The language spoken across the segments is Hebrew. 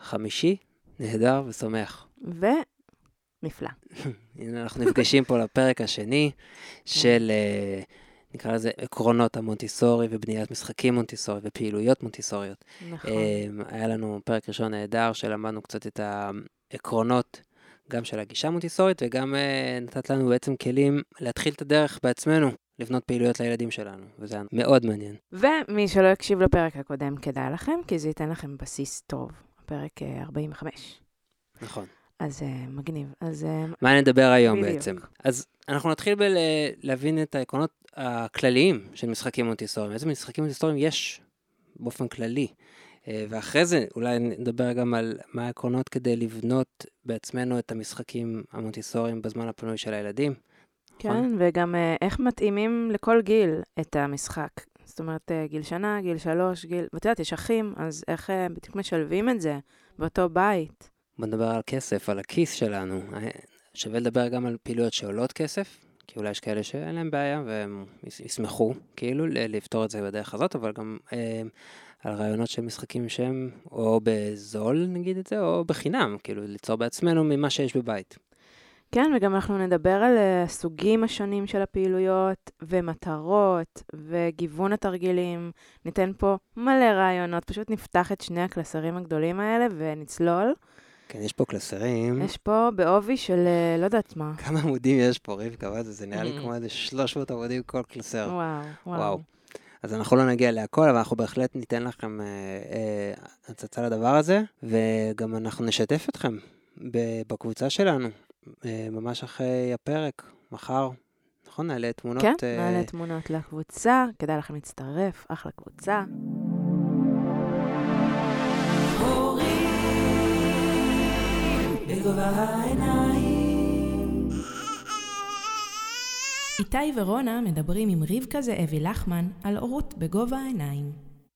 חמישי, נהדר ושמח. ונפלא. הנה אנחנו נפגשים פה לפרק השני של, נקרא לזה, עקרונות המונטיסורי ובניית משחקים מונטיסורי ופעילויות מונטיסוריות. נכון. היה לנו פרק ראשון נהדר שלמדנו קצת את העקרונות גם של הגישה המונטיסורית, וגם נתת לנו בעצם כלים להתחיל את הדרך בעצמנו, לבנות פעילויות לילדים שלנו, וזה מאוד מעניין. ומי שלא יקשיב לפרק הקודם כדאי לכם, כי זה ייתן לכם בסיס טוב. פרק 45. נכון. אז מגניב. אז מה נדבר היום בדיוק. בעצם? אז אנחנו נתחיל להבין את העקרונות הכלליים של משחקים מונטיסוריים. איזה משחקים מונטיסוריים יש באופן כללי. ואחרי זה אולי נדבר גם על מה העקרונות כדי לבנות בעצמנו את המשחקים המונטיסוריים בזמן הפנוי של הילדים. כן, נכון? וגם איך מתאימים לכל גיל את המשחק. זאת אומרת, גיל שנה, גיל 3, גיל... ואת יודעת, יש אחים, אז איך בדיוק משלבים את זה באותו בית? בוא נדבר על כסף, על הכיס שלנו. שווה לדבר גם על פעילויות שעולות כסף, כי אולי יש כאלה שאין להם בעיה, והם ישמחו כאילו לפתור את זה בדרך הזאת, אבל גם על רעיונות של משחקים שהם או בזול, נגיד את זה, או בחינם, כאילו ליצור בעצמנו ממה שיש בבית. כן, וגם אנחנו נדבר על הסוגים השונים של הפעילויות, ומטרות, וגיוון התרגילים. ניתן פה מלא רעיונות, פשוט נפתח את שני הקלסרים הגדולים האלה ונצלול. כן, יש פה קלסרים. יש פה בעובי של לא יודעת מה. כמה עמודים יש פה, רבקה, זה נראה לי כמו איזה 300 עמודים כל קלסר. וואו. אז אנחנו לא נגיע להכל, אבל אנחנו בהחלט ניתן לכם הצצה לדבר הזה, וגם אנחנו נשתף אתכם בקבוצה שלנו, ממש אחרי הפרק, מחר. נכון? נעלה תמונות. כן, נעלה תמונות לקבוצה, כדאי לכם להצטרף, אחלה קבוצה. בגובה העיניים. איתי ורונה מדברים עם רבקה זאבי לחמן על הורות בגובה העיניים.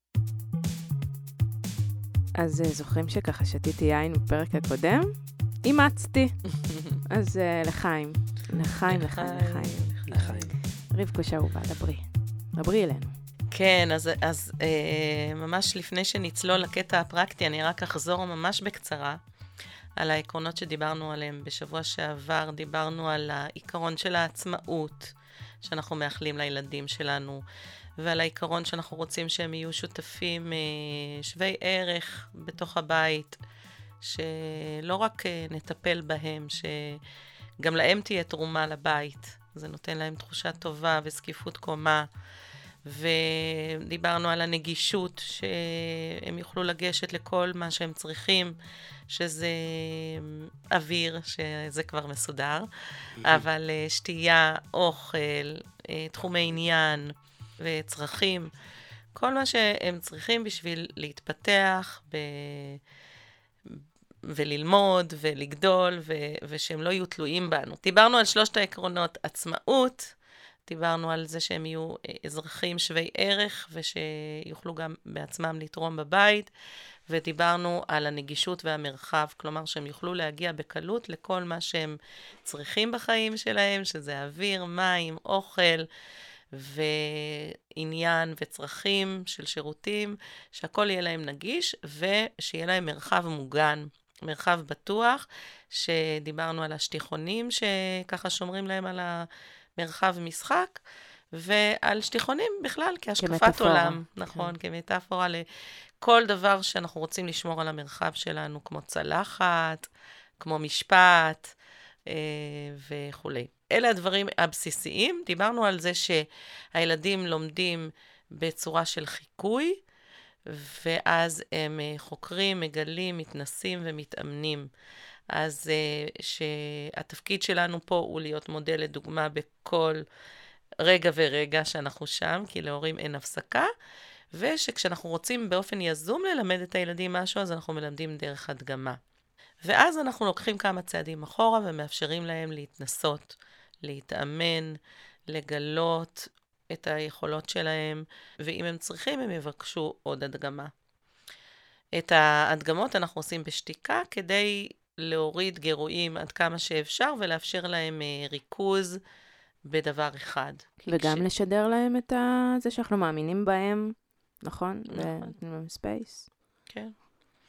אז זוכרים שככה שתיתי יין בפרק הקודם? אימצתי. אז לחיים. לחיים. רבקוש אהובה, דברי אלינו. כן, אז ממש לפני שנצלול לקטע הפרקטי, אני רק אחזור ממש בקצרה על העקרונות שדיברנו עליהם בשבוע שעבר. דיברנו על העיקרון של העצמאות שאנחנו מאחלים לילדים שלנו, ועל העיקרון שאנחנו רוצים שהם יהיו שותפים שווי ערך בתוך הבית, שלא רק נטפל בהם, שגם להם תהיה תרומה לבית. זה נותן להם תחושה טובה וזקיפות קומה. ודיברנו על הנגישות, שהם יוכלו לגשת לכל מה שהם צריכים, שזה אוויר, שזה כבר מסודר, אבל שתייה, אוכל, תחומי עניין וצרכים, כל מה שהם צריכים בשביל להתפתח וללמוד ולגדול, ושהם לא יהיו תלויים בנו. דיברנו על 3 העקרונות: עצמאות, דיברנו על זה שהם יהיו אזרחים שווי ערך, ושיוכלו גם בעצמם לתרום בבית, ודיברנו על הנגישות והמרחב, כלומר שהם יוכלו להגיע בקלות לכל מה שהם צריכים בחיים שלהם, שזה אוויר, מים, אוכל, ועניין וצרכים של שירותים, שהכל יהיה להם נגיש, ושיהיה להם מרחב מוגן, מרחב בטוח, שדיברנו על השטיחונים, שככה שומרים להם על מרחב משחק, ועל שטיחונים בכלל, כהשקפת עולם. נכון, כמטאפורה לכל דבר שאנחנו רוצים לשמור על המרחב שלנו, כמו צלחת, כמו משפט, וכו'. אלה הדברים הבסיסיים. דיברנו על זה שהילדים לומדים בצורה של חיקוי, ואז הם חוקרים, מגלים, מתנסים ומתאמנים. אז שהתפקיד שלנו פה הוא להיות מודל לדוגמה בכל רגע ורגע שאנחנו שם, כי להורים אין הפסקה, ושכשאנחנו רוצים באופן יזום ללמד את הילדים משהו, אז אנחנו מלמדים דרך הדגמה. ואז אנחנו לוקחים כמה צעדים אחורה ומאפשרים להם להתנסות, להתאמן, לגלות את היכולות שלהם, ואם הם צריכים הם יבקשו עוד הדגמה. את ההדגמות אנחנו עושים בשתיקה כדי להוריד גירויים עד כמה שאפשר, ולאפשר להם ריכוז בדבר אחד. וגם לשדר להם את זה שאנחנו מאמינים בהם, נכון? ונותנים להם ספייס. כן.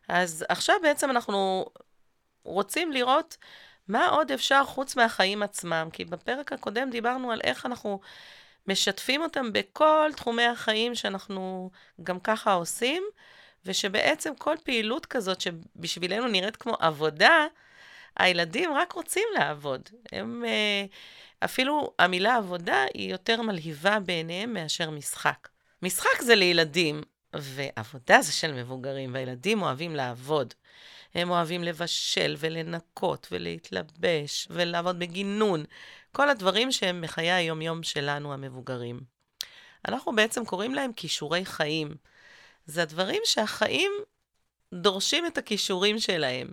אז עכשיו בעצם אנחנו רוצים לראות מה עוד אפשר חוץ מהחיים עצמם, כי בפרק הקודם דיברנו על איך אנחנו משתפים אותם בכל תחומי החיים שאנחנו גם ככה עושים, ושבעצם כל פעילות כזאת שבשבילנו נראית כמו עבודה, הילדים רק רוצים לעבוד. הם, אפילו המילה עבודה היא יותר מלהיבה בעיניהם מאשר משחק. משחק זה לילדים, ועבודה זה של מבוגרים, והילדים אוהבים לעבוד. הם אוהבים לבשל ולנקות ולהתלבש ולעבוד בגינון. כל הדברים שהם מחיי היום-יום שלנו המבוגרים. אנחנו בעצם קוראים להם כישורי חיים. זה הדברים שהחיים דורשים את הכישורים שלהם.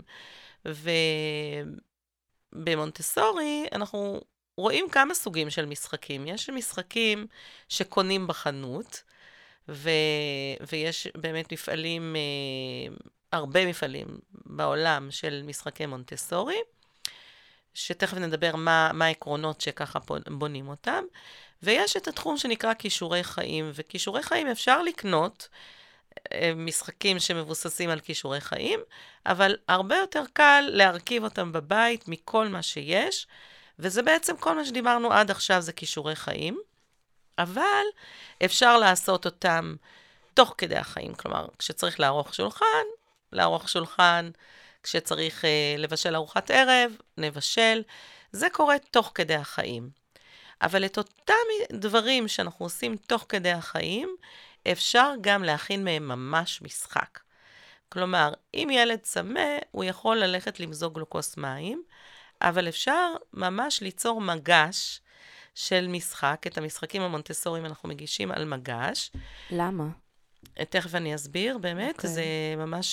ובמונטסורי אנחנו רואים כמה סוגים של משחקים. יש משחקים שקונים בחנות, ויש באמת מפעלים, הרבה מפעלים בעולם של משחקי מונטסורי, שתכף נדבר מה העקרונות שככה בונים אותם, ויש את התחום שנקרא כישורי חיים, וכישורי חיים אפשר לקנות משחקים שמבוססים על כישורי חיים, אבל הרבה יותר קל להרכיב אותם בבית מכל מה שיש, וזה בעצם כל מה שדיברנו עד עכשיו זה כישורי חיים, אבל אפשר לעשות אותם תוך כדי החיים, כלומר, כשצריך לערוך שולחן, כשצריך לבשל ארוחת ערב, נבשל, זה קורה תוך כדי החיים. אבל את אותם דברים שאנחנו עושים תוך כדי החיים, אפשר גם להכין מהם ממש משחק. כלומר, אם ילד צמא, הוא יכול ללכת למזוג לו כוס מים, אבל אפשר ממש ליצור מגש של משחק. את המשחקים המונטסוריים אנחנו מגישים על מגש. למה? תכף אני אסביר, באמת, זה ממש,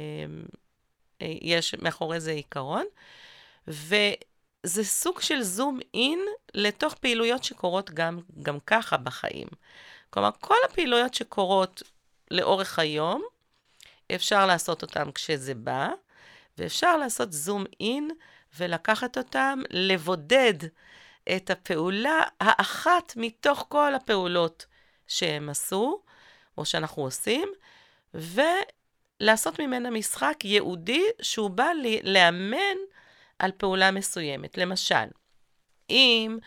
יש מאחורי זה עיקרון, וזה סוג של זום אין לתוך פעילויות שקורות גם ככה בחיים. כלומר, כל הפעילויות שקורות לאורך היום, אפשר לעשות אותם כשזה בא, ואפשר לעשות זום אין ולקחת אותם, לבודד את הפעולה האחת מתוך כל הפעולות שהם עשו, או שאנחנו עושים, ולעשות ממנה משחק ייעודי שהוא בא לאמן על פעולה מסוימת. למשל, אם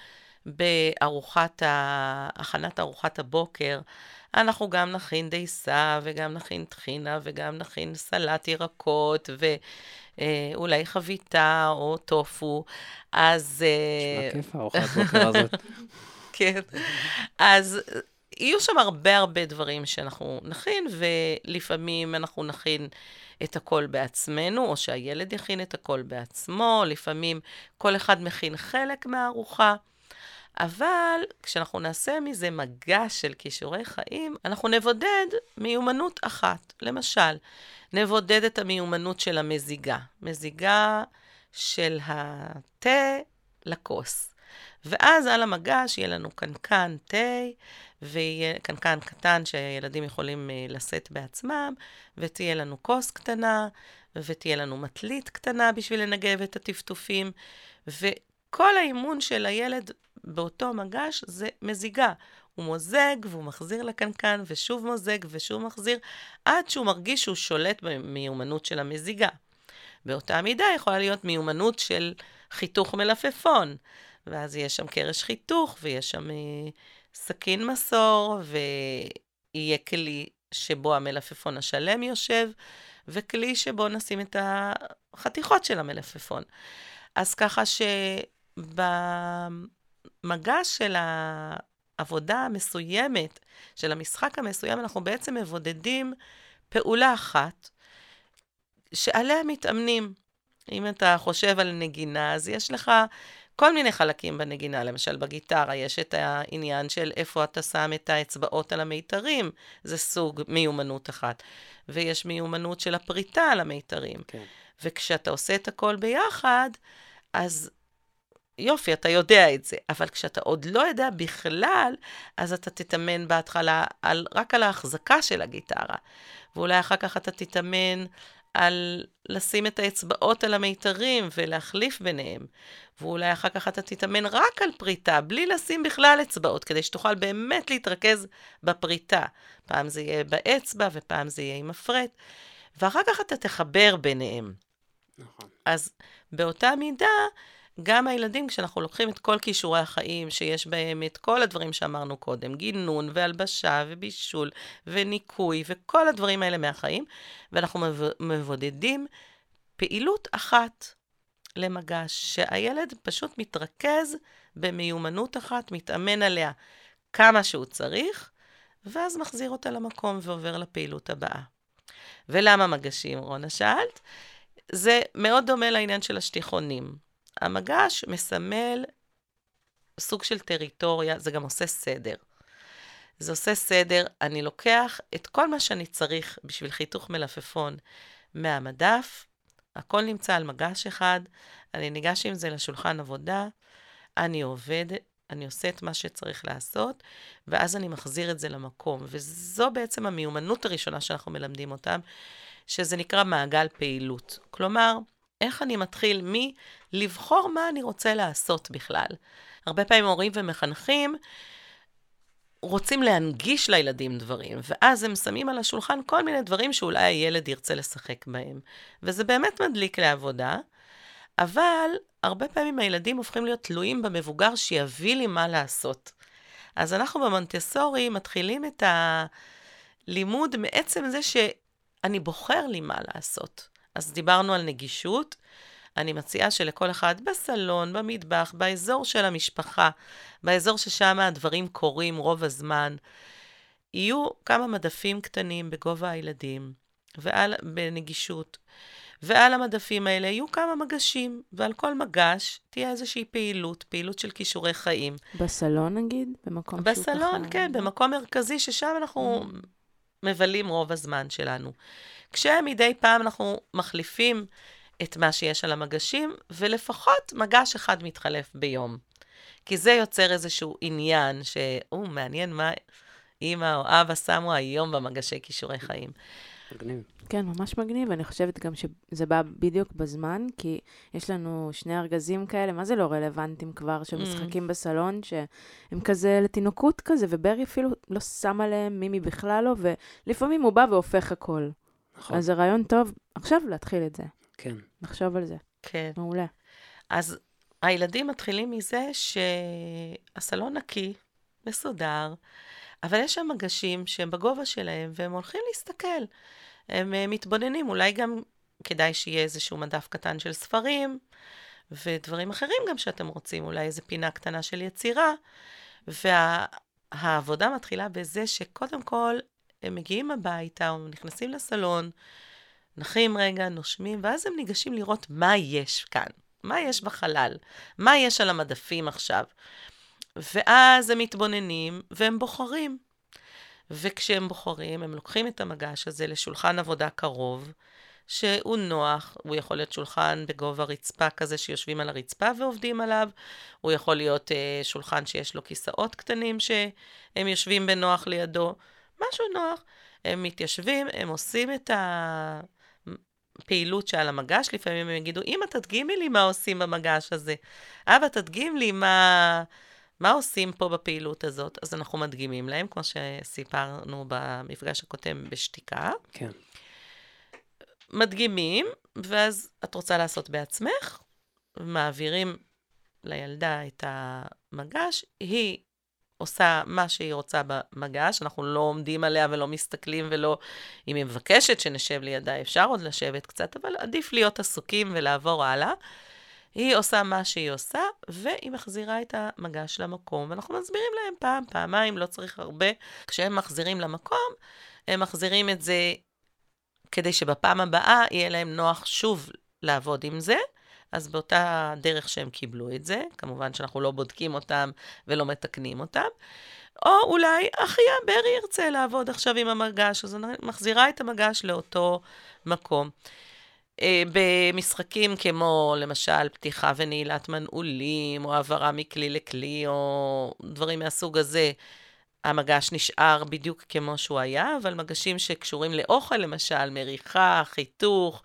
בהכנת ארוחת הבוקר, אנחנו גם נכין דייסה, וגם נכין טחינה, וגם נכין סלט ירקות, ואולי חביתה או טופו, אז... נשמע כיף הארוחת בוקר הזאת. כן. אז יהיו שם הרבה דברים שאנחנו נכין, ולפעמים אנחנו נכין את הכל בעצמנו, או שהילד יכין את הכל בעצמו, לפעמים כל אחד מכין חלק מהארוחה, אבל כשאנחנו נעשה מזה מגש של כישורי חיים, אנחנו נבודד מיומנות אחת. למשל, נבודד את המיומנות של המזיגה. מזיגה של התה לכוס. ואז על המגש יהיה לנו קנקן תה, ויהיה קנקן קטן שהילדים יכולים לשאת בעצמם, ותהיה לנו כוס קטנה, ותהיה לנו מטלית קטנה בשביל לנגב את הטפטופים, וכל האימון של הילד באותו מגש זה מזיגה. הוא מוזג והוא מחזיר לקנקן, ושוב מוזג ושוב מחזיר, עד שהוא מרגיש שהוא שולט במיומנות של המזיגה. באותה מידה יכולה להיות מיומנות של חיתוך מלפפון, ואז יש שם קרש חיתוך, ויש שם סכין מסור, ויהיה כלי שבו המלפפון השלם יושב, וכלי שבו נשים את החתיכות של המלפפון. אז ככה שבמגש של העבודה המסוימת, של המשחק המסוים, אנחנו בעצם מבודדים פעולה אחת, שעליה מתאמנים. אם אתה חושב על נגינה, אז יש לך כל מיני חלקים בנגינה. למשל, בגיטרה יש את העניין של איפה אתה שם את האצבעות על המיתרים. זה סוג מיומנות אחת. ויש מיומנות של הפריטה על המיתרים. כן. וכשאתה עושה את הכל ביחד, אז יופי, אתה יודע את זה. אבל כשאתה עוד לא יודע בכלל, אז אתה תתאמן בהתחלה רק על ההחזקה של הגיטרה. ואולי אחר כך אתה תתאמן על לשים את האצבעות על המיתרים ולהחליף ביניהם. ואולי אחר כך אתה תתאמן רק על פריטה, בלי לשים בכלל אצבעות, כדי שתוכל באמת להתרכז בפריטה. פעם זה יהיה באצבע ופעם זה יהיה עם הפרט. ואחר כך אתה תחבר ביניהם. נכון. אז באותה מידה, גם הילדים, כשאנחנו לוקחים את כל כישורי החיים, שיש בהם את כל הדברים שאמרנו קודם, גינון והלבשה ובישול וניקוי וכל הדברים האלה מהחיים, ואנחנו מבודדים פעילות אחת למגש, שהילד פשוט מתרכז במיומנות אחת, מתאמן עליה כמה שהוא צריך, ואז מחזיר אותה למקום ועובר לפעילות הבאה. ולמה מגשים, רונה, שאלת? זה מאוד דומה לעניין של השטיחונים. המגש מסמל סוג של טריטוריה, זה גם עושה סדר. זה עושה סדר, אני לוקח את כל מה שאני צריך בשביל חיתוך מלפפון מהמדף, הכל נמצא על מגש אחד, אני ניגש עם זה לשולחן עבודה, אני עובד, אני עושה את מה שצריך לעשות, ואז אני מחזיר את זה למקום. וזו בעצם המיומנות הראשונה שאנחנו מלמדים אותם, שזה נקרא מעגל פעילות. כלומר, איך אני מתחיל מלבחור מה אני רוצה לעשות בכלל. הרבה פעמים הורים ומחנכים רוצים להנגיש לילדים דברים, ואז הם שמים על השולחן כל מיני דברים שאולי הילד ירצה לשחק בהם. וזה באמת מדליק לעבודה, אבל הרבה פעמים הילדים הופכים להיות תלויים במבוגר שיביא לי מה לעשות. אז אנחנו במונטסורי מתחילים את הלימוד מעצם זה שאני בוחר לי מה לעשות. אז דיברנו על נגישות, אני מציעה שלכל אחד בסלון, במטבח, באזור של המשפחה, באזור ששם הדברים קורים רוב הזמן, יהיו כמה מדפים קטנים בגובה הילדים, בנגישות. ועל המדפים האלה יהיו כמה מגשים, ועל כל מגש תהיה איזושהי פעילות של כישורי חיים. בסלון נגיד? במקום בסלון, כן, במקום מרכזי ששם אנחנו מבלים רוב הזמן שלנו. כשמדי פעם אנחנו מחליפים את מה שיש על המגשים, ולפחות מגש אחד מתחלף ביום. כי זה יוצר איזשהו עניין מעניין מה אמא או אבא שמו היום במגשי כישורי חיים. מגניב. כן, ממש מגניב. אני חושבת גם שזה בא בדיוק בזמן, כי יש לנו שני ארגזים כאלה, מה זה לא רלוונטיים כבר, שמשחקים בסלון, שהם כזה לתינוקות כזה, וברי אפילו לא שם עליהם, מימי בכלל לא, ולפעמים הוא בא והופך הכל. נכון. אז זה רעיון טוב, עכשיו להתחיל את זה. כן. לחשוב על זה. כן. מעולה. אז הילדים מתחילים מזה שהסלון נקי, מסודר, אבל יש שם מגשים שהם בגובה שלהם, והם הולכים להסתכל. הם מתבוננים, אולי גם כדאי שיהיה איזשהו מדף קטן של ספרים, ודברים אחרים גם שאתם רוצים, אולי איזו פינה קטנה של יצירה. והעבודה מתחילה בזה שקודם כל הם מגיעים הביתה, או נכנסים לסלון, נחים רגע, נושמים, ואז הם ניגשים לראות מה יש כאן, מה יש בחלל, מה יש על המדפים עכשיו. ואז הם מתבוננים והם בוחרים. וכשהם בוחרים, הם לוקחים את המגש הזה לשולחן עבודה קרוב, שהוא נוח, הוא יכול להיות שולחן בגובה רצפה כזה שיושבים על הרצפה ועובדים עליו, הוא יכול להיות שולחן שיש לו כיסאות קטנים שהם יושבים בנוח לידו, משהו נוח. הם מתיישבים, הם עושים את הפעילות שעל המגש, לפעמים הם יגידו, אמא תדגימי לי מה עושים במגש הזה, אבא תדגים לי מה עושים פה בפעילות הזאת? אז אנחנו מדגימים להם, כמו שסיפרנו במפגש הקודם בשתיקה. כן. מדגימים, ואז את רוצה לעשות בעצמך, מעבירים לילדה את המגש, היא עושה מה שהיא רוצה במגש, אנחנו לא עומדים עליה ולא מסתכלים ולא, אם היא מבקשת שנשב לידה, אפשר עוד לשבת קצת, אבל עדיף להיות עסוקים ולעבור הלאה. היא עושה מה שהיא עושה, והיא מחזירה את המגש למקום, ואנחנו מסבירים להם פעם, פעמיים, לא צריך הרבה. כשהם מחזירים למקום, הם מחזירים את זה כדי שבפעם הבאה יהיה להם נוח שוב לעבוד עם זה, אז באותה דרך שהם קיבלו את זה, כמובן שאנחנו לא בודקים אותם ולא מתקנים אותם, או אולי אחיה ברי ירצה לעבוד עכשיו עם המגש, אז אני מחזירה את המגש לאותו מקום. במשחקים כמו למשל פתיחה ונעילת מנעולים, או העברה מכלי לכלי, או דברים מהסוג הזה, המגש נשאר בדיוק כמו שהוא היה, אבל מגשים שקשורים לאוכל, למשל מריחה, חיתוך,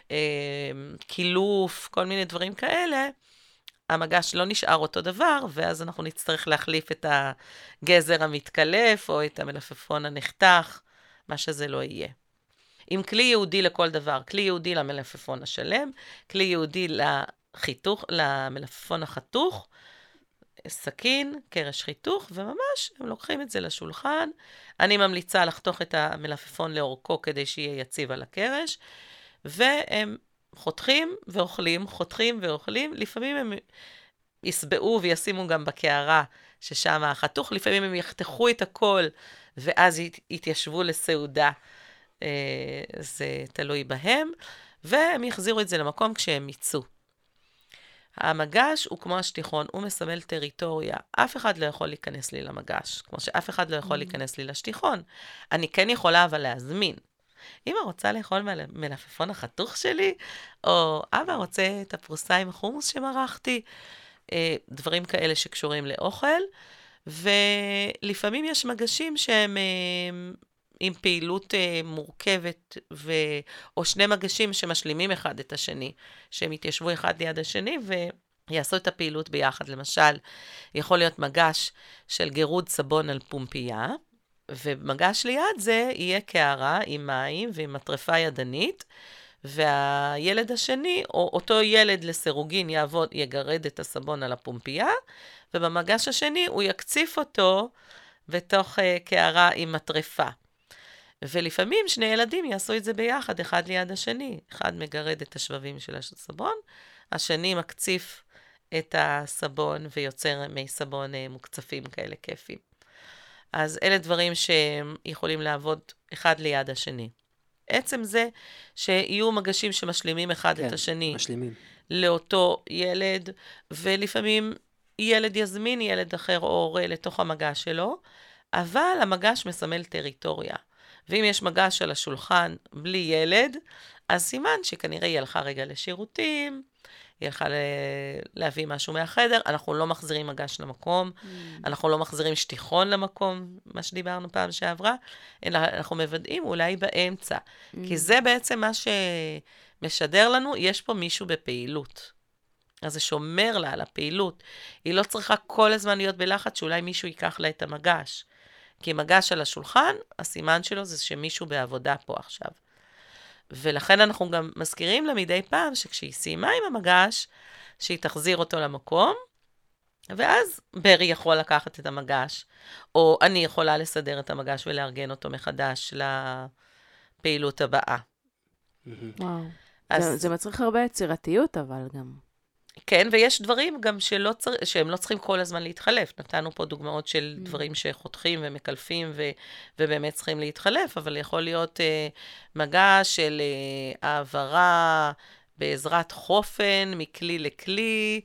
קילוף, כל מיני דברים כאלה, המגש לא נשאר אותו דבר, ואז אנחנו נצטרך להחליף את הגזר המתקלף, או את המלפפון הנחתך, מה שזה לא יהיה. עם כלי יהודי לכל דבר, כלי יהודי למלפפון השלם, כלי יהודי למלפפון החתוך, סכין, קרש חיתוך, וממש הם לוקחים את זה לשולחן. אני ממליצה לחתוך את המלפפון לאורכו כדי שיהיה יציב על הקרש, והם חותכים ואוכלים, חותכים ואוכלים. לפעמים הם יסבעו וישימו גם בקערה ששם החתוך, לפעמים הם יחתכו את הכל ואז יתיישבו לסעודה. זה תלוי בהם, והם יחזירו את זה למקום כשהם מיצו. המגש הוא כמו השטיחון, הוא מסמל טריטוריה. אף אחד לא יכול להיכנס לי למגש, כמו שאף אחד לא יכול להיכנס לי לשטיחון. אני כן יכולה אבל להזמין. אמא רוצה לאכול מלפפון החתוך שלי, או אבא רוצה את הפרוסה עם החומוס שמרחתי, דברים כאלה שקשורים לאוכל, ולפעמים יש מגשים שהם עם פעילות מורכבת, או שני מגשים שמשלימים אחד את השני, שהם יתיישבו אחד ליד השני ויעשו את הפעילות ביחד. למשל, יכול להיות מגש של גירוד סבון על פומפייה, ומגש ליד זה יהיה קערה עם מים ועם מטרפה ידנית, והילד השני, או אותו ילד לסירוגין יגרד את הסבון על הפומפייה, ובמגש השני הוא יקציף אותו בתוך קערה עם מטרפה. ולפעמים שני ילדים יעשו את זה ביחד, אחד ליד השני. אחד מגרד את השבבים של הסבון, השני מקציף את הסבון ויוצר מי סבון מוקצפים כאלה כיפים. אז אלה דברים שיכולים לעבוד אחד ליד השני. עצם זה שיהיו מגשים שמשלימים אחד את השני. משלימים. לאותו ילד, ולפעמים ילד יזמין ילד אחר או הורה לתוך המגש שלו, אבל המגש מסמל טריטוריה. ואם יש מגש על השולחן בלי ילד, אז סימן שכנראה היא הלכה רגע לשירותים, היא הלכה להביא משהו מהחדר, אנחנו לא מחזירים מגש למקום, אנחנו לא מחזירים שטיחון למקום, מה שדיברנו פעם שעברה, אלא אנחנו מוודאים אולי באמצע, כי זה בעצם מה שמשדר לנו, יש פה מישהו בפעילות. אז זה שומר לה על הפעילות. היא לא צריכה כל הזמן להיות בלחץ שאולי מישהו ייקח לה את המגש. כי מגש על השולחן, הסימן שלו זה שמישהו בעבודה פה עכשיו. ולכן אנחנו גם מזכירים לה מדי פעם שכשהיא סיימה עם המגש, שהיא תחזיר אותו למקום, ואז ברי יכול לקחת את המגש, או אני יכולה לסדר את המגש ולארגן אותו מחדש לפעילות הבאה. וואו. זה מצריך הרבה יצירתיות, אבל גם... כן, ויש דברים גם שהם לא צריכים כל הזמן להתחלף. נתנו פה דוגמאות של דברים שחותכים ומקלפים ובאמת צריכים להתחלף, אבל יכול להיות מגש של העברה בעזרת חופן מכלי לכלי,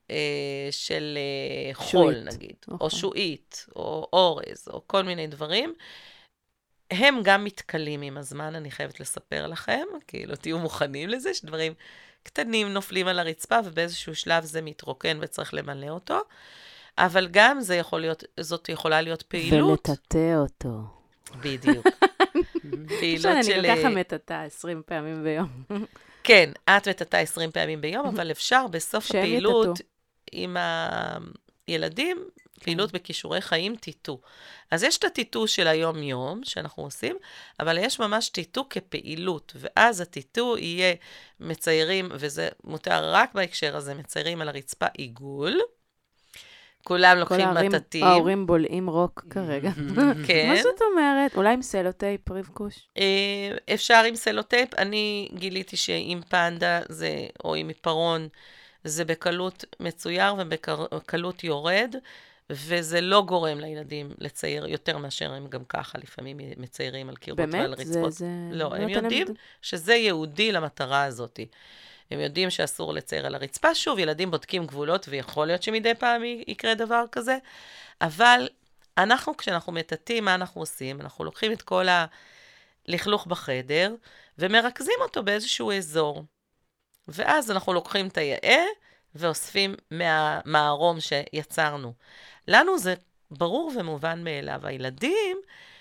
של חול נגיד, או שועית, או אורז, או כל מיני דברים. הם גם מתקלים עם הזמן, אני חייבת לספר לכם, כאילו תהיו מוכנים לזה, שדברים קטנים נופלים על הרצפה, ובאיזשהו שלב זה מתרוקן וצריך למלא אותו. אבל גם זאת יכולה להיות פעילות. ולטטא אותו. בדיוק. פעילות של... אני ככה מטטא 20 פעמים ביום. כן, את מטטא 20 פעמים ביום, אבל אפשר בסוף הפעילות עם הילדים, פעילות בכישורי חיים, טיטו. אז יש את הטיטו של היום-יום שאנחנו עושים, אבל יש ממש טיטו כפעילות, ואז הטיטו יהיה מציירים, וזה מותר רק בהקשר הזה, מציירים על הרצפה עיגול, כולם לוקחים מטטים. ההורים בולעים רוק כרגע. כן. מה זאת אומרת? אולי עם סלוטייפ, רבקוש? אפשר עם סלוטייפ, אני גיליתי שעם פנדה או עם עיפרון, זה בקלות מצויר ובקלות יורד, וזה לא גורם לילדים לצייר יותר מאשר הם גם ככה, לפעמים מציירים על קרבות ועל רצפות. לא, הם יודעים שזה יהודי למטרה הזאת. הם יודעים שאסור לצייר על הרצפה. שוב, ילדים בודקים גבולות, ויכול להיות שמדי פעם יקרה דבר כזה, אבל אנחנו, כשאנחנו מטטים, מה אנחנו עושים? אנחנו לוקחים את כל הלכלוך בחדר, ומרכזים אותו באיזשהו אזור. ואז אנחנו לוקחים את היאה, ואוספים מהמערום שיצרנו. לנו זה ברור ומובן מאליו. הילדים,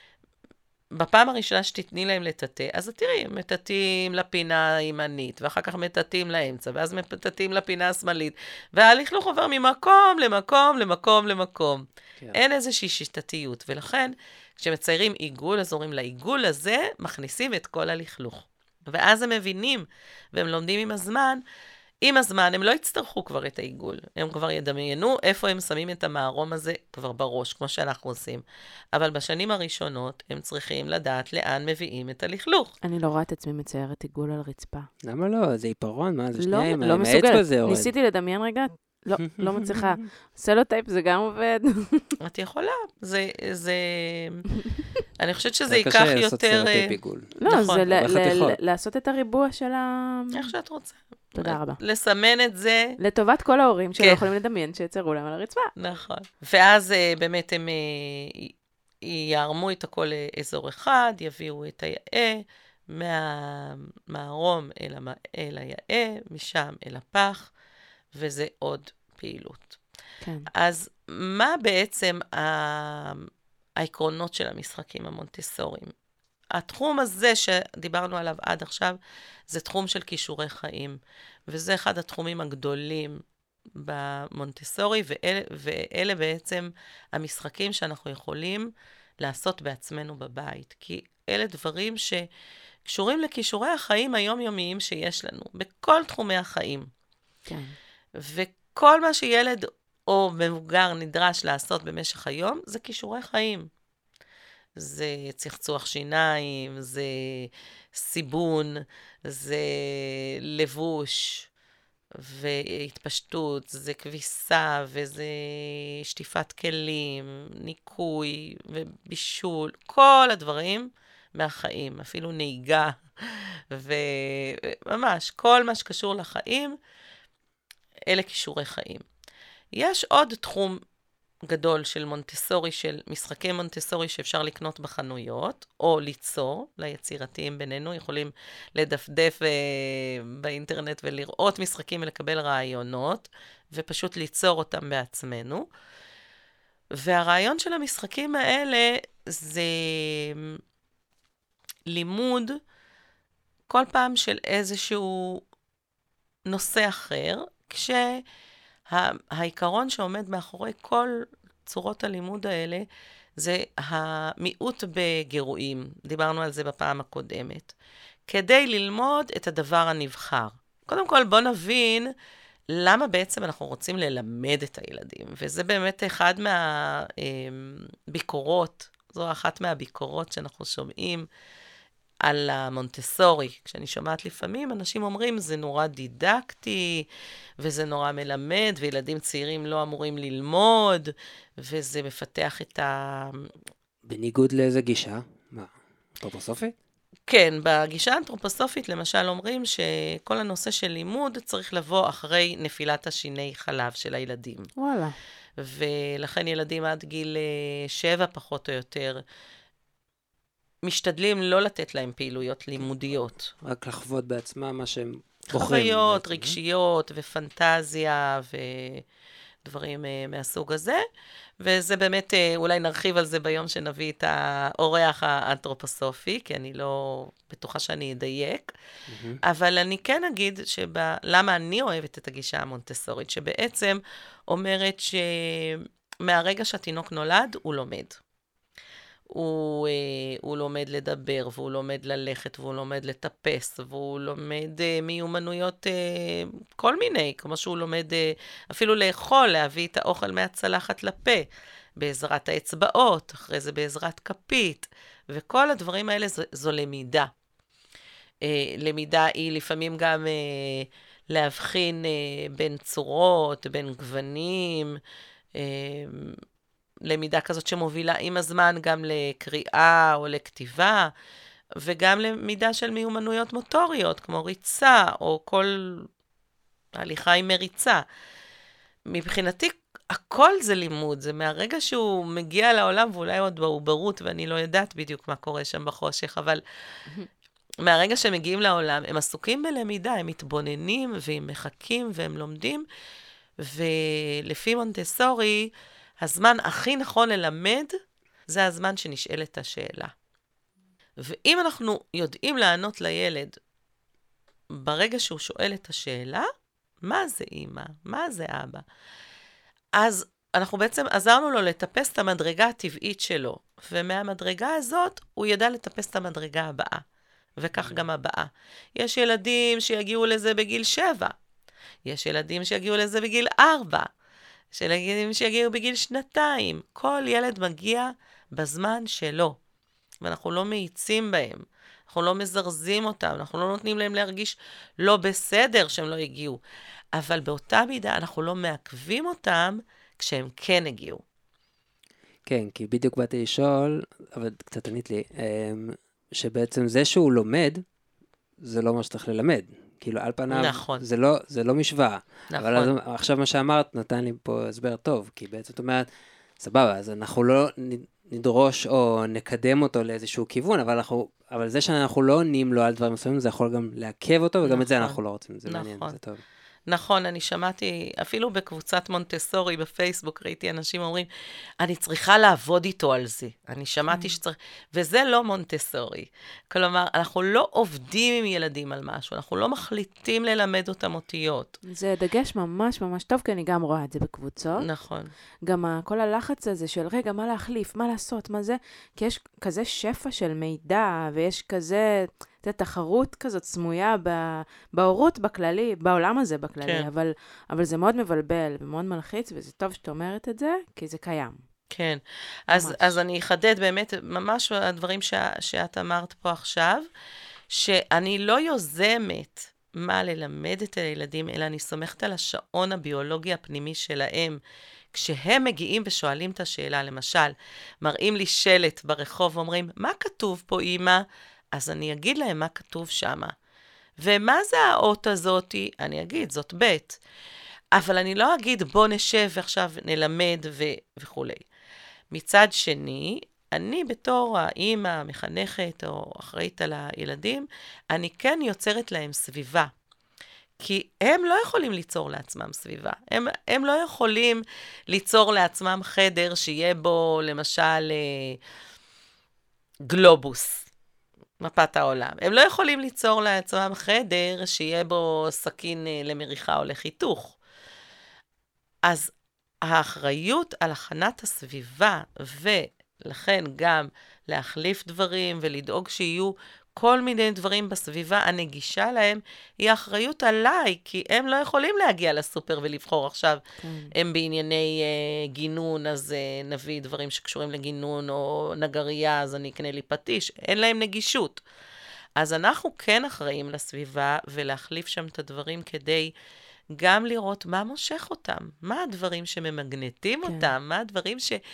בפעם הראשונה שתתני להם לטטא, אז תראי, מטטים לפינה הימנית, ואחר כך מטטים לאמצע, ואז מטטים לפינה השמאלית, וההלכלוך עובר ממקום למקום למקום למקום. כן. אין איזושהי שיטתיות, ולכן כשמציירים עיגול, אז אומרים לעיגול הזה, מכניסים את כל הלכלוך. ואז הם מבינים, והם לומדים עם הזמן הם לא יצטרכו כבר את העיגול, הם כבר ידמיינו איפה הם שמים את המערום הזה כבר בראש, כמו שאנחנו עושים. אבל בשנים הראשונות הם צריכים לדעת לאן מביאים את הלכלוך. אני לא רואה את עצמי מציירת עיגול על רצפה. למה לא? זה עיפרון, מה? זה לא, שנייה לא עם האצבע זה יורד. ניסיתי לדמיין רגע, לא מצליחה. סלוטייפ זה גם עובד. את יכולה, אני חושבת שזה ייקח יותר... קשה לעשות סלוטייפ עיגול. לא, נכון, זה בחתיכות. לעשות את הריבוע של איך שאת רוצה. תודה רבה. לסמן את זה. לטובת כל ההורים שלא כן. יכולים לדמיין שיצרו להם על הרצפה. נכון. ואז באמת הם יערמו את הכל לאזור אחד, יביאו את היאה, מהמערום אל היאה, משם אל הפח, וזה עוד פעילות. כן. אז מה בעצם העקרונות של המשחקים המונטסוריים? התחום הזה שדיברנו עליו עד עכשיו, זה תחום של כישורי חיים, וזה אחד התחומים הגדולים במונטסורי, ואלה בעצם המשחקים שאנחנו יכולים לעשות בעצמנו בבית, כי אלה דברים שקשורים לכישורי החיים היומיומיים שיש לנו, בכל תחומי החיים. כן. וכל מה שילד או מבוגר נדרש לעשות במשך היום, זה כישורי חיים. זה צחצוח שיניים, זה סיבון, זה לבוש והתפשטות, זה כביסה וזה שטיפת כלים, ניקוי ובישול, כל הדברים מהחיים, אפילו נהיגה, וממש כל מה שקשור לחיים, אלה כישורי חיים. יש עוד תחום גדול של מונטסורי, של משחקי מונטסורי שאפשר לקנות בחנויות, או ליצור, ליצירתיים בינינו, יכולים לדפדף באינטרנט ולראות משחקים ולקבל רעיונות, ופשוט ליצור אותם בעצמנו. והרעיון של המשחקים האלה זה לימוד כל פעם של איזשהו נושא אחר, העיקרון שעומד מאחורי כל צורות הלימוד האלה, זה המיעוט בגירויים. דיברנו על זה בפעם הקודמת. כדי ללמוד את הדבר הנבחר. קודם כל, בוא נבין למה בעצם אנחנו רוצים ללמד את הילדים. וזה באמת אחד מהביקורות, זו אחת מהביקורות שאנחנו שומעים על המונטסורי. כשאני שומעת לפעמים, אנשים אומרים, זה נורא דידקטי, וזה נורא מלמד, וילדים צעירים לא אמורים ללמוד, וזה מפתח את בניגוד לאיזה גישה? מה? אנתרופוסופית? כן, בגישה האנתרופוסופית, למשל, אומרים שכל הנושא של לימוד צריך לבוא אחרי נפילת השיני חלב של הילדים. וואלה. ולכן ילדים עד גיל 7 פחות או יותר, משתדלים לא לתת להם פעילויות לימודיות. רק לחוות בעצמם מה שהם בוחרים. חוויות, רגשיות ופנטזיה ודברים מהסוג הזה. וזה באמת, אולי נרחיב על זה ביום שנביא את האורח האנתרופוסופי, כי אני לא בטוחה שאני אדייק. אבל אני כן אגיד למה אני אוהבת את הגישה המונטסורית, שבעצם אומרת שמהרגע שהתינוק נולד, הוא לומד. הוא לומד לדבר, והוא לומד ללכת, והוא לומד לטפס, והוא לומד מיומנויות כל מיני, כמו שהוא לומד אפילו לאכול, להביא את האוכל מהצלחת לפה, בעזרת האצבעות, אחרי זה בעזרת כפית, וכל הדברים האלה זו למידה. למידה היא לפעמים גם להבחין בין צורות, בין גוונים, למידה כזאת שמובילה עם הזמן גם לקריאה או לכתיבה, וגם למידה של מיומנויות מוטוריות, כמו ריצה, או כל הליכה עם מריצה. מבחינתי, הכל זה לימוד, זה מהרגע שהוא מגיע לעולם, ואולי עוד בעוברות, ואני לא יודעת בדיוק מה קורה שם בחושך, אבל מהרגע שהם מגיעים לעולם, הם עסוקים בלמידה, הם מתבוננים, והם מחכים, והם לומדים, ולפי מונטסורי, הזמן הכי נכון ללמד, זה הזמן שנשאלת השאלה. ואם אנחנו יודעים לענות לילד, ברגע שהוא שואל את השאלה, מה זה אמא? מה זה אבא? אז אנחנו בעצם עזרנו לו לטפס את המדרגה הטבעית שלו, ומהמדרגה הזאת הוא ידע לטפס את המדרגה הבאה, וכך גם הבאה. יש ילדים שיגיעו לזה בגיל 7, יש ילדים שיגיעו לזה בגיל 4, יש ילדים שיגיעו בגיל 2, כל ילד מגיע בזמן שלו, ואנחנו לא מאיצים בהם, אנחנו לא מזרזים אותם, אנחנו לא נותנים להם להרגיש לא בסדר שהם לא הגיעו, אבל באותה מידה אנחנו לא מעכבים אותם כשהם כן הגיעו. כן, כי בדיוק באתי לשאול, אבל קצת ענית לי, שבעצם זה שהוא לומד, זה לא מה שצריך ללמד. כאילו, על פניו, נכון. זה לא משוואה. נכון. אבל אז, עכשיו מה שאמרת נתן לי פה הסבר טוב, כי בעצם את אומרת, סבבה, אז אנחנו לא נדרוש או נקדם אותו לאיזשהו כיוון, אבל זה שאנחנו לא עונים לו על דברים מסוימים, זה יכול גם לעכב אותו, וגם את זה אנחנו לא רוצים. זה מעניין, זה טוב. נכון, אני שמעתי, אפילו בקבוצת מונטסורי בפייסבוק, ראיתי אנשים אומרים, אני צריכה לעבוד איתו על זה. אני שמעתי שצריך, וזה לא מונטסורי. כלומר, אנחנו לא עובדים עם ילדים על משהו, אנחנו לא מחליטים ללמד אותם אותיות. זה דגש ממש ממש טוב, כי אני גם רואה את זה בקבוצות. נכון. גם כל הלחץ הזה של, רגע, מה להחליף, מה לעשות, מה זה? כי יש כזה שפע של מידע, ויש כזה... זה תחרות כזאת סמויה בהורות בכללי, בעולם הזה בכללי, כן. אבל זה מאוד מבלבל ומאוד מלחיץ, וזה טוב שאת אומרת את זה, כי זה קיים. כן. אז אני אחדד באמת ממש הדברים שאת אמרת פה עכשיו, שאני לא יוזמת מה ללמד את הילדים, אלא אני סומכת על השעון הביולוגי הפנימי שלהם. כשהם מגיעים ושואלים את השאלה, למשל, מראים לי שלט ברחוב ואומרים, מה כתוב פה אמא? אז אני אגיד להם מה כתוב שמה. ומה זה האות הזאת? אני אגיד, זאת ב'. אבל אני לא אגיד, בוא נשב ועכשיו נלמד וכו'. מצד שני, אני בתור האמא, המחנכת או אחראית על הילדים, אני כן יוצרת להם סביבה. כי הם לא יכולים ליצור לעצמם סביבה. הם לא יכולים ליצור לעצמם חדר שיהיה בו, למשל, גלובוס. מפת העולם. הם לא יכולים ליצור לעצמם חדר שיהיה בו סכין למריחה או לחיתוך. אז האחריות על הכנת הסביבה, ולכן גם להחליף דברים ולדאוג שיהיו כל מיני דברים בסביבה הנגישה להם, היא האחריות עליי, כי הם לא יכולים להגיע לסופר ולבחור עכשיו. הם בענייני גינון, אז נביא דברים שקשורים לגינון, או נגריה, אז אני אקנה לי פטיש. אין להם נגישות. אז אנחנו כן אחראים לסביבה, ולהחליף שם את הדברים כדי גם לראות מה מושך אותם, מה הדברים שממגנטים אותם, מה הדברים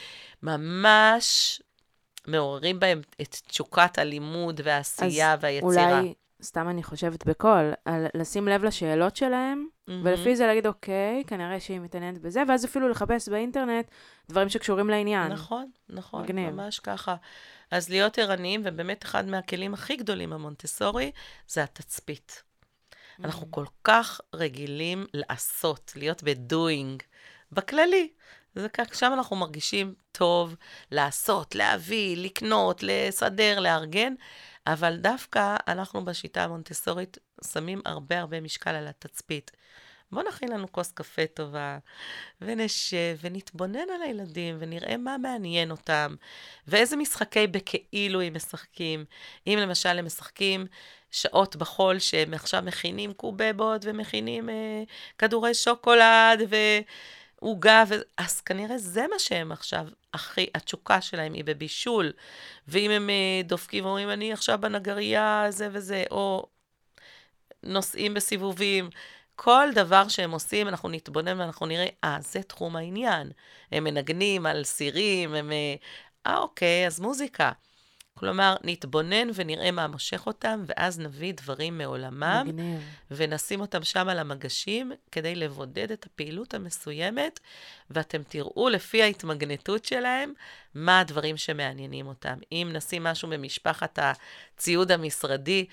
שממש מעוררים בהם את תשוקת הלימוד והעשייה והיצירה. אולי, סתם אני חושבת בכל, לשים לב לשאלות שלהם, ולפי זה להגיד, אוקיי, כנראה שהיא מתעניינת בזה, ואז אפילו לחפש באינטרנט דברים שקשורים לעניין. נכון, נכון, מגניב. ממש ככה. אז להיות ערניים, ובאמת אחד מהכלים הכי גדולים המונטסורי, זה התצפית. אנחנו כל כך רגילים לעשות, להיות בדוינג, בכללי. זה כך, שם אנחנו מרגישים טוב לעשות, להביא, לקנות, לסדר, לארגן, אבל דווקא אנחנו בשיטה המונטסורית שמים הרבה משקל על התצפית. בוא נכין לנו כוס קפה טובה, ונשב ונתבונן על הילדים, ונראה מה מעניין אותם, ואיזה משחקי בכאילו הם משחקים. אם למשל הם משחקים שעות בחול, שהם עכשיו מכינים קובבות, ומכינים כדורי שוקולד, עוגה, אז כנראה זה מה שהם עכשיו, התשוקה שלהם היא בבישול, ואם הם דופקים ואומרים, אני עכשיו בנגריה, זה וזה, או נוסעים בסיבובים, כל דבר שהם עושים, אנחנו נתבונן ואנחנו נראה, זה תחום העניין. הם מנגנים על סירים, אוקיי, אז מוזיקה. כלומר, נתבונן ונראה מה מושך אותם, ואז נביא דברים מעולמם, ונשים אותם שם על המגשים, כדי לבודד את הפעילות המסוימת, ואתם תראו לפי ההתמגנטות שלהם, מה הדברים שמעניינים אותם. אם נשים משהו במשפחת הציוד המשרדי,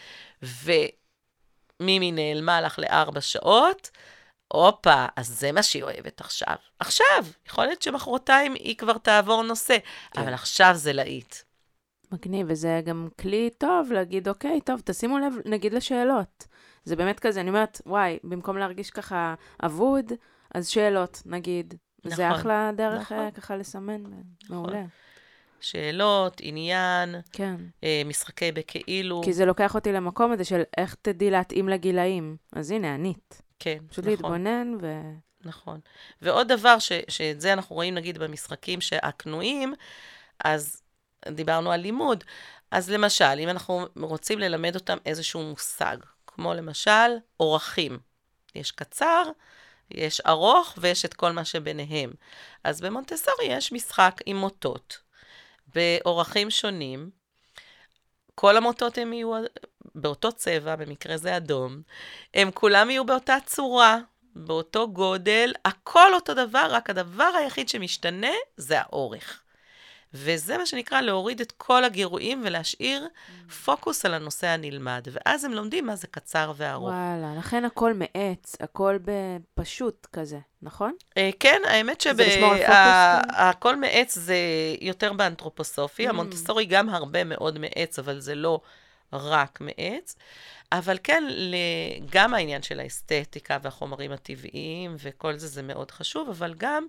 ומימי נעלמה לך ל4 שעות, אופה, אז זה מה שהיא אוהבת עכשיו. עכשיו, יכול להיות שמחרתיים היא כבר תעבור נושא, אבל עכשיו זה להיט. מגניב, וזה גם כלי טוב להגיד, אוקיי, טוב, תשימו לב, נגיד לשאלות. זה באמת כזה, אני אומרת, וואי, במקום להרגיש ככה אבוד, אז שאלות, נגיד, זה אחלה דרך נכון. ככה לסמן, מעולה. שאלות, עניין, כן. משחקי בכאילו. כי זה לוקח אותי למקום הזה של איך תדעי להתאים לגילאים. אז הנה, ענית. כן, פשוט נכון. להתבונן נכון. ועוד דבר שאת זה אנחנו רואים נגיד במשחקים שהקנויים, אז דיברנו על לימוד. אז למשל, אם אנחנו רוצים ללמד אותם איזשהו מושג, כמו למשל אורחים. יש קצר, יש ארוך ויש את כל מה שביניהם. אז במונטסורי יש משחק עם מוטות. באורחים שונים, כל המוטות הם יהיו באותו צבע, במקרה זה אדום, הם כולם יהיו באותה צורה, באותו גודל, הכל אותו דבר, רק הדבר היחיד שמשתנה זה האורך. וזה מה שנקרא להוריד את כל הגירויים ולהשאיר פוקוס על הנושא הנלמד. ואז הם לומדים מה זה קצר וארוך. וואלה, לכן הכל מעץ, הכל פשוט כזה, נכון? כן, האמת שהכל מעץ זה יותר באנתרופוסופי. המונטסורי גם הרבה מאוד מעץ, אבל זה לא רק מעץ. אבל כן, גם העניין של האסתטיקה והחומרים הטבעיים וכל זה, זה מאוד חשוב, אבל גם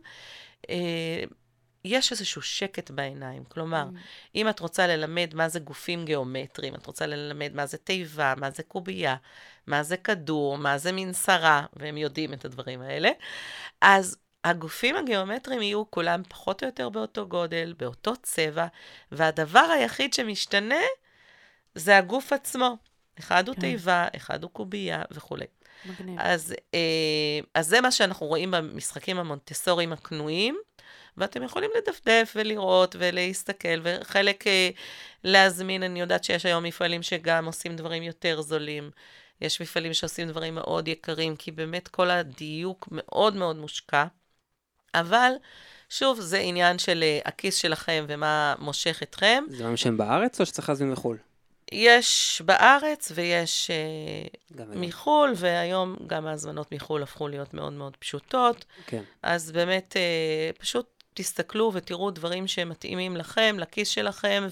יש איזשהו שקט בעיניים. כלומר, אם את רוצה ללמד מה זה גופים גיאומטריים, את רוצה ללמד מה זה תיבה, מה זה קובייה, מה זה כדור, מה זה מנסרה, והם יודעים את הדברים האלה, אז הגופים הגיאומטריים יהיו כולם פחות או יותר באותו גודל, באותו צבע, והדבר היחיד שמשתנה זה הגוף עצמו. אחד הוא תיבה, אחד הוא קובייה וכו'. מגניב. אז זה מה שאנחנו רואים במשחקים המונטסוריים הקנויים, ואתם יכולים לדפדף ולראות ולהסתכל, וחלק להזמין, אני יודעת שיש היום מפעלים שגם עושים דברים יותר זולים, יש מפעלים שעושים דברים מאוד יקרים, כי באמת כל הדיוק מאוד מאוד מושקע, אבל שוב, זה עניין של הכיס שלכם ומה מושך אתכם. זה מה שהם בארץ או שצריך להזמין מחול? יש בארץ ויש מחול, והיום גם ההזמנות מחול הפכו להיות מאוד מאוד פשוטות. כן. אז באמת פשוט תסתכלו ותראו דברים שמתאימים לכם, לכיס שלכם,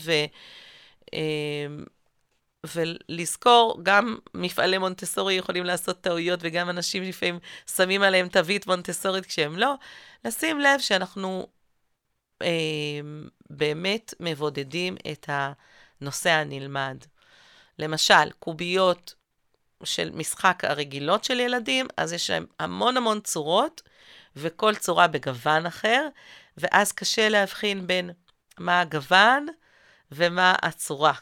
ולזכור, גם מפעלי מונטסורי יכולים לעשות טעויות, וגם אנשים לפעמים שמים עליהם תווית מונטסורית כשהם לא. לשים לב שאנחנו באמת מבודדים את הנושא הנלמד. למשל, קוביות של משחק הרגילות של ילדים, אז יש להם המון המון צורות, וכל צורה בגוון אחר, ואז קשה להבחין בין מה הגוון ומה הצורה,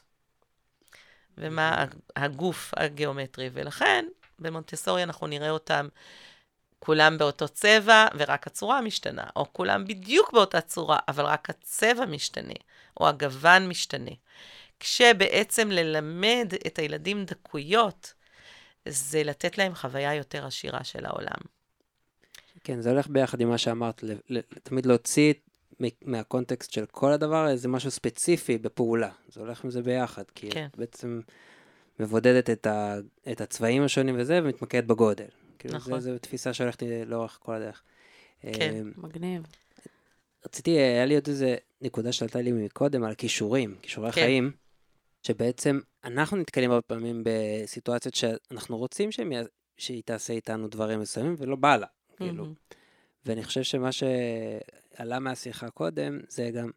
ומה הגוף הגיאומטרי. ולכן, במונטסורי אנחנו נראה אותם כולם באותו צבע, ורק הצורה משתנה, או כולם בדיוק באותה צורה, אבל רק הצבע משתנה, או הגוון משתנה. כשבעצם ללמד את הילדים דקויות, זה לתת להם חוויה יותר עשירה של העולם. כן, זה הולך ביחד עם מה שאמרת, תמיד להוציא מהקונטקסט של כל הדבר, איזה משהו ספציפי בפעולה. זה הולך עם זה ביחד, כי כן. את בעצם מבודדת את הצבעים השונים וזה, ומתמקד בגודל. כאילו נכון. זו תפיסה שהולכת לאורך כל הדרך. כן. מגניב. רציתי, היה לי עוד איזה נקודה שעלתה לי מקודם על כישורי חיים, שבעצם אנחנו נתקלים הרבה פעמים בסיטואציות שאנחנו רוצים שהיא תעשה איתנו דברים מסוימים, ולא בא לה, כאילו. ואני חושב שמה שעלה מהשיחה קודם, זה גם,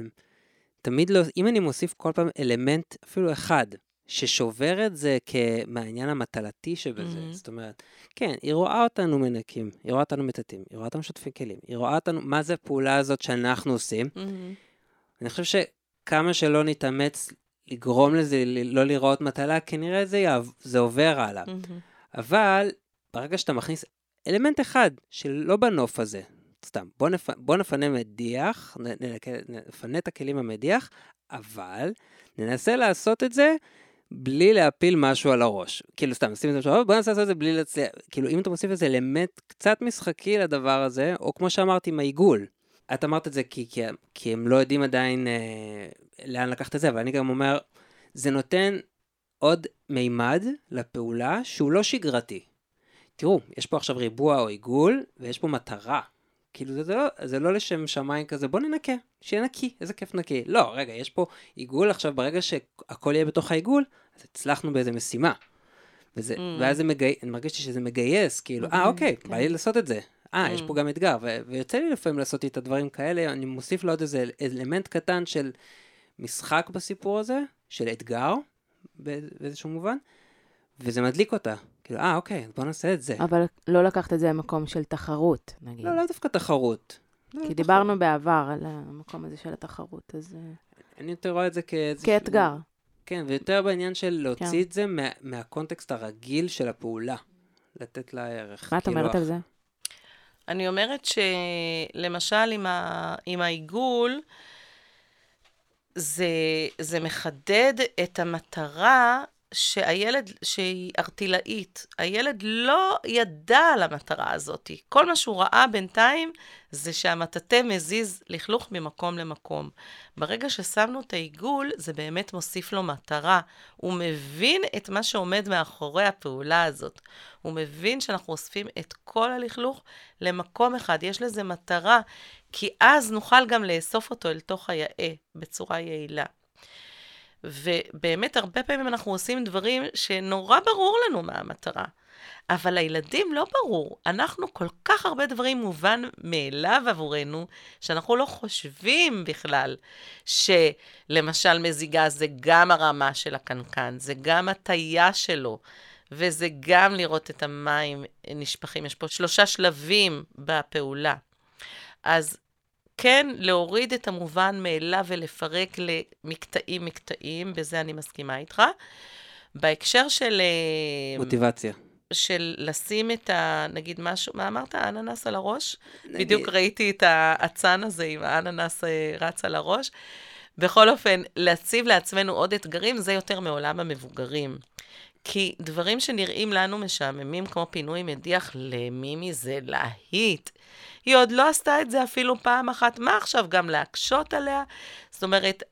תמיד לא, אם אני מוסיף כל פעם אלמנט, אפילו אחד, ששובר את זה מהעניין המטלתי שבזה, זאת אומרת, כן, היא רואה אותנו מנקים, היא רואה אותנו מטטים, היא רואה אותנו שוטפים כלים, היא רואה אותנו, מה זה הפעולה הזאת שאנחנו עושים, אני חושב שכמה שלא נתאמץ לגרום לזה, לא לראות מטלה, כנראה זה עובר הלאה. אבל ברגע שאתה מכניס אלמנט אחד שלא בנוף הזה, סתם, בוא נפנה מדיח, נפנה את הכלים המדיח, אבל ננסה לעשות את זה בלי להפיל משהו על הראש. כאילו סתם, נשים את זה משהו, בוא ננסה לעשות את זה בלי להצליח. כאילו אם אתה מוסיף איזה אלמנט קצת משחקי לדבר הזה, או כמו שאמרתי עם העיגול, את אמרת את זה כי הם לא יודעים עדיין לאן לקחת את זה, אבל אני גם אומר, זה נותן עוד מימד לפעולה שהוא לא שגרתי. תראו, יש פה עכשיו ריבוע או עיגול, ויש פה מטרה. כאילו זה לא לשם שמיים כזה, בוא ננקה, שיהיה נקי, איזה כיף נקי. לא, רגע, יש פה עיגול, עכשיו ברגע שהכל יהיה בתוך העיגול, אז הצלחנו באיזה משימה. ואז אני מרגיש שזה מגייס, כאילו, אוקיי, בא לי לעשות את זה. יש פה גם אתגר, ויוצא לי לפעמים לעשות את הדברים כאלה, אני מוסיף לו עוד איזה אלמנט קטן של משחק בסיפור הזה, של אתגר, באיזשהו מובן, וזה מדליק אותה. כאילו, אוקיי, בוא נעשה את זה. אבל לא לקחת את זה למקום של תחרות, נגיד. לא דווקא תחרות. כי דיברנו בעבר על המקום הזה של התחרות, אז... אני יותר רואה את זה כאתגר. כן, ויותר בעניין של להוציא את זה מהקונטקסט הרגיל של הפעולה. לתת לה ערך. מה את אומרת על זה? אני אומרת שלמשל עם העיגול, זה מחדד את המטרה שהיא ארטילאית. הילד לא ידע על המטרה הזאת. כל מה שהוא ראה בינתיים זה שהמטאטא מזיז לכלוך ממקום למקום. ברגע ששמנו את העיגול, זה באמת מוסיף לו מטרה. הוא מבין את מה שעומד מאחורי הפעולה הזאת. הוא מבין שאנחנו אוספים את כל הלכלוך למקום אחד. יש לזה מטרה, כי אז נוכל גם לאסוף אותו אל תוך היאה בצורה יעילה. ובאמת הרבה פעמים אנחנו עושים דברים שנורא ברור לנו מה המטרה. אבל לילדים לא ברור. אנחנו כל כך הרבה דברים מובן מאליו עבורנו, שאנחנו לא חושבים בכלל שלמשל מזיגה זה גם הרמה של הקנקן, זה גם הטיה שלו, וזה גם לראות את המים נשפכים. יש פה 3 שלבים בפעולה. אז כן, להוריד את המובן מאליו ולפרק למקטעים, בזה אני מסכימה איתך. בהקשר של... מוטיבציה. של לשים את נגיד משהו, מה אמרת? האננס על הראש? בדיוק ראיתי את העצן הזה עם האננס רץ על הראש. בכל אופן, להציב לעצמנו עוד אתגרים, זה יותר מעולם המבוגרים. כי דברים שנראים לנו משעממים, כמו פינוי מדיח, למי מזה להיט. היא עוד לא עשתה את זה אפילו פעם אחת. מה עכשיו? גם להקשות עליה? זאת אומרת,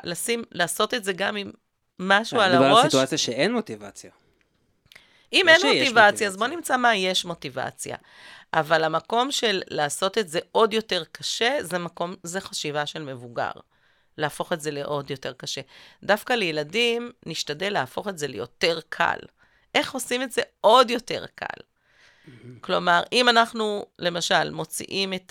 לעשות את זה גם עם משהו על הראש. מדבר על סיטואציה שאין מוטיבציה. אם אין מוטיבציה, אז בוא נמצא מה יש מוטיבציה. אבל המקום של לעשות את זה עוד יותר קשה, זה חשיבה של מבוגר. להפוך את זה לעוד יותר קשה. דווקא לילדים, נשתדל להפוך את זה ליותר קל. איך עושים את זה עוד יותר קל? כלומר, אם אנחנו, למשל, מוציאים את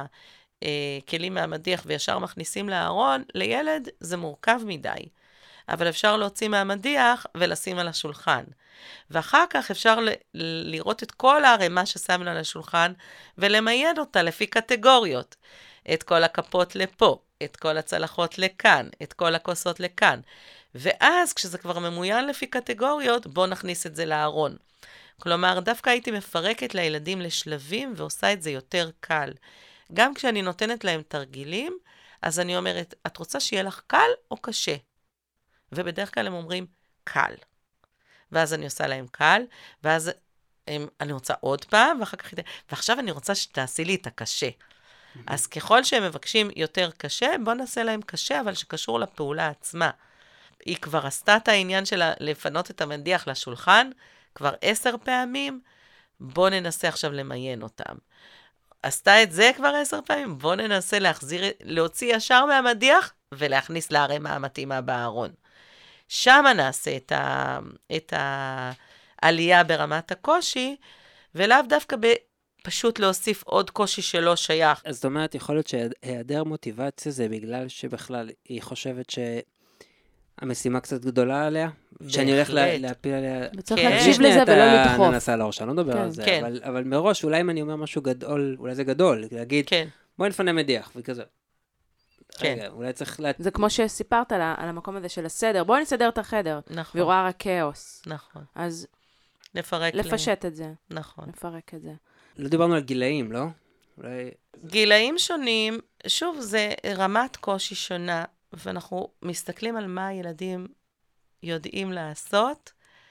הכלים מהמדיח וישר מכניסים לארון, לילד זה מורכב מדי. אבל אפשר להוציא מהמדיח ולשים על השולחן. ואחר כך אפשר לראות את כל הערימה ששמנו על השולחן, ולמיין אותה לפי קטגוריות. את כל הכפות לפה, את כל הצלחות לכאן, את כל הכוסות לכאן. ואז כשזה כבר ממוין לפי קטגוריות, בוא נכניס את זה לארון. כלומר, דווקא הייתי מפרקת לילדים לשלבים ועושה את זה יותר קל. גם כשאני נותנת להם תרגילים, אז אני אומרת, את רוצה שיהיה לך קל או קשה? ובדרך כלל הם אומרים, קל. ואז אני עושה להם קל, ואז אני רוצה עוד פעם, ועכשיו אני רוצה שתעשי לי את הקשה. אז ככל שהם מבקשים יותר קשה, בוא נעשה להם קשה, אבל שקשור לפעולה עצמה. היא כבר עשתה את העניין של לפנות את המדיח לשולחן, כבר 10 פעמים, בוא ננסה עכשיו למיין אותם. עשתה את זה כבר 10 פעמים, בוא ננסה להוציא ישר מהמדיח, ולהכניס לערימה המתאימה בארון. שם נעשה את העלייה ברמת הקושי, ולאו דווקא פשוט להוסיף עוד קושי שלא שייך. אז זאת אומרת, יכול להיות שהיעדר מוטיבציה זה בגלל שבכלל היא חושבת שהמשימה קצת גדולה עליה, שאני הולך להפיל עליה. וצריך להקשיב לזה ולא לדחוף. ננסה על הראש, אני לא מדבר על זה, אבל מראש, אולי אם אני אומר משהו גדול, אולי זה גדול, להגיד, בואי נפנה מדיח, וכזה. רגע, אולי צריך... זה כמו שסיפרת על המקום הזה של הסדר, בואי נסדר את החדר. נכון. והיא רואה רק כאוס. נכון. אז לפרק לפשט את זה. נכון. לפרק את זה. לא דיברנו על גילאים, לא? אולי... גילאים שונים, שוב, זה רמת קושי שונה, ואנחנו מסתכלים על מה הילדים יודעים לעשות,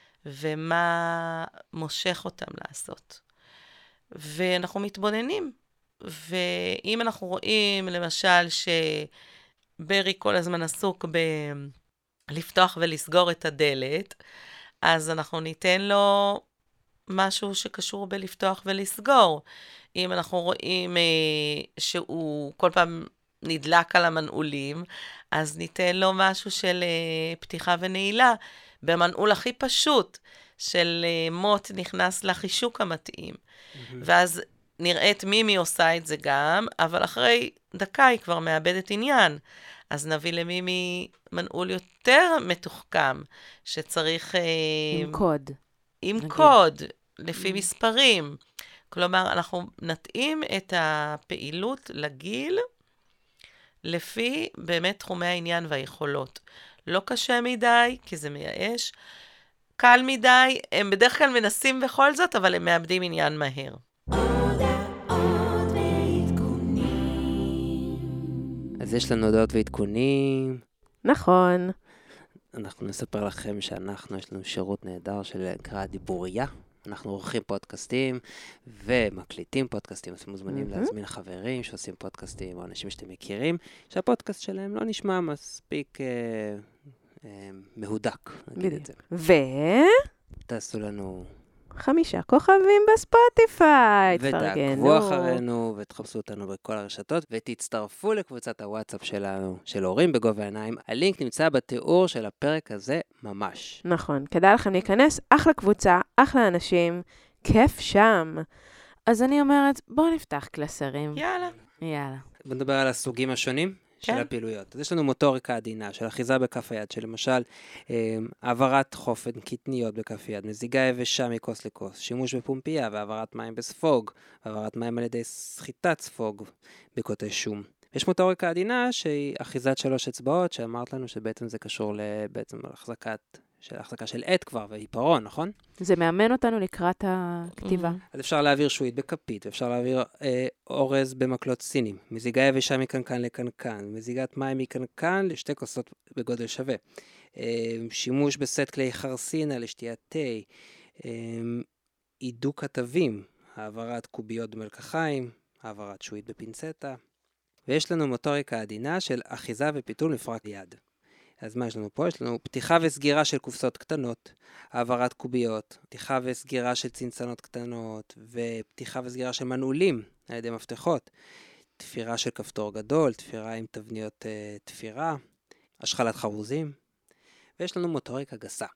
ומה מושך אותם לעשות. ואנחנו מתבוננים. ואם אנחנו רואים, למשל, שברי כל הזמן עסוק בלפתוח ולסגור את הדלת, אז אנחנו ניתן לו משהו שקשור בלפתוח ולסגור. אם אנחנו רואים שהוא כל פעם נדלק על המנעולים, אז ניתן לו משהו של פתיחה ונעילה, במנעול הכי פשוט, של מוט נכנס לחישוק המתאים. ואז נראית מימי עושה את זה גם, אבל אחרי דקה היא כבר מאבדת עניין. אז נביא למימי מנעול יותר מתוחכם, שצריך... עם קוד. עם נגיד. קוד, לפי מספרים. כלומר, אנחנו נתאים את הפעילות לגיל, לפי באמת תחומי העניין והיכולות. לא קשה מדי, כי זה מייאש. קל מדי, הם בדרך כלל מנסים בכל זאת, אבל הם מאבדים עניין מהר. אז יש לנו הודעות ועדכונים. נכון. אנחנו נספר לכם שאנחנו, יש לנו שירות נהדר של נקרא דיבוריה. אנחנו עורכים פודקאסטים ומקליטים פודקאסטים, אז מוזמנים להזמין חברים שעושים פודקאסטים או אנשים שאתם מכירים, שהפודקאסט שלהם לא נשמע מספיק מהודק, נגיד את זה. תעשו לנו 5 כוכבים בספוטיפיי, ותעקבו אחרינו ותחפשו אותנו בכל הרשתות ותצטרפו לקבוצת הוואטסאפ שלנו, של הורים בגובה העיניים. הלינק נמצא בתיאור של הפרק הזה ממש. נכון, כדאי לכם להיכנס, אחלה קבוצה, אחלה אנשים, כיף שם. אז אני אומרת, בואו נפתח קלסרים. יאללה. בוא נדבר על הסוגים השונים של הפעילויות. אז יש לנו מוטוריקה עדינה של אחיזה בכף היד, שלמשל העברת חופן קטניות בכף יד, מזיגה יבשה מכוס לכוס, שימוש בפומפייה והעברת מים בספוג, והעברת מים על ידי סחיטת ספוג בקוטי שום. יש מוטוריקה עדינה שהיא אחיזת 3 אצבעות, שאמרת לנו שבעצם זה קשור בעצם החזקה של עט כבר והיפרון, נכון? זה מאמן אותנו לקראת הכתיבה. אז אפשר להעביר שועית בכפית, אפשר להעביר אורז במקלות סינים, מזיגה יבשה מקנקן לקנקן, מזיגת מים מקנקן לשתי כוסות בגודל שווה, שימוש בסט כלי חרסינה לשתיית תה, עידוק כתבים, העברת קוביות במלקחיים, העברת שועית בפינצטה, ויש לנו מוטוריקה עדינה של אחיזה ופיתול מפרק יד. אז מה יש לנו פה? יש לנו פתיחה וסגירה של קופסות קטנות, העברת קוביות, פתיחה וסגירה של צנצנות קטנות, ופתיחה וסגירה של מנעולים על ידי מפתחות, תפירה של כפתור גדול, תפירה עם תבניות תפירה, השחלת חרוזים, ויש לנו מוטוריקה גסה,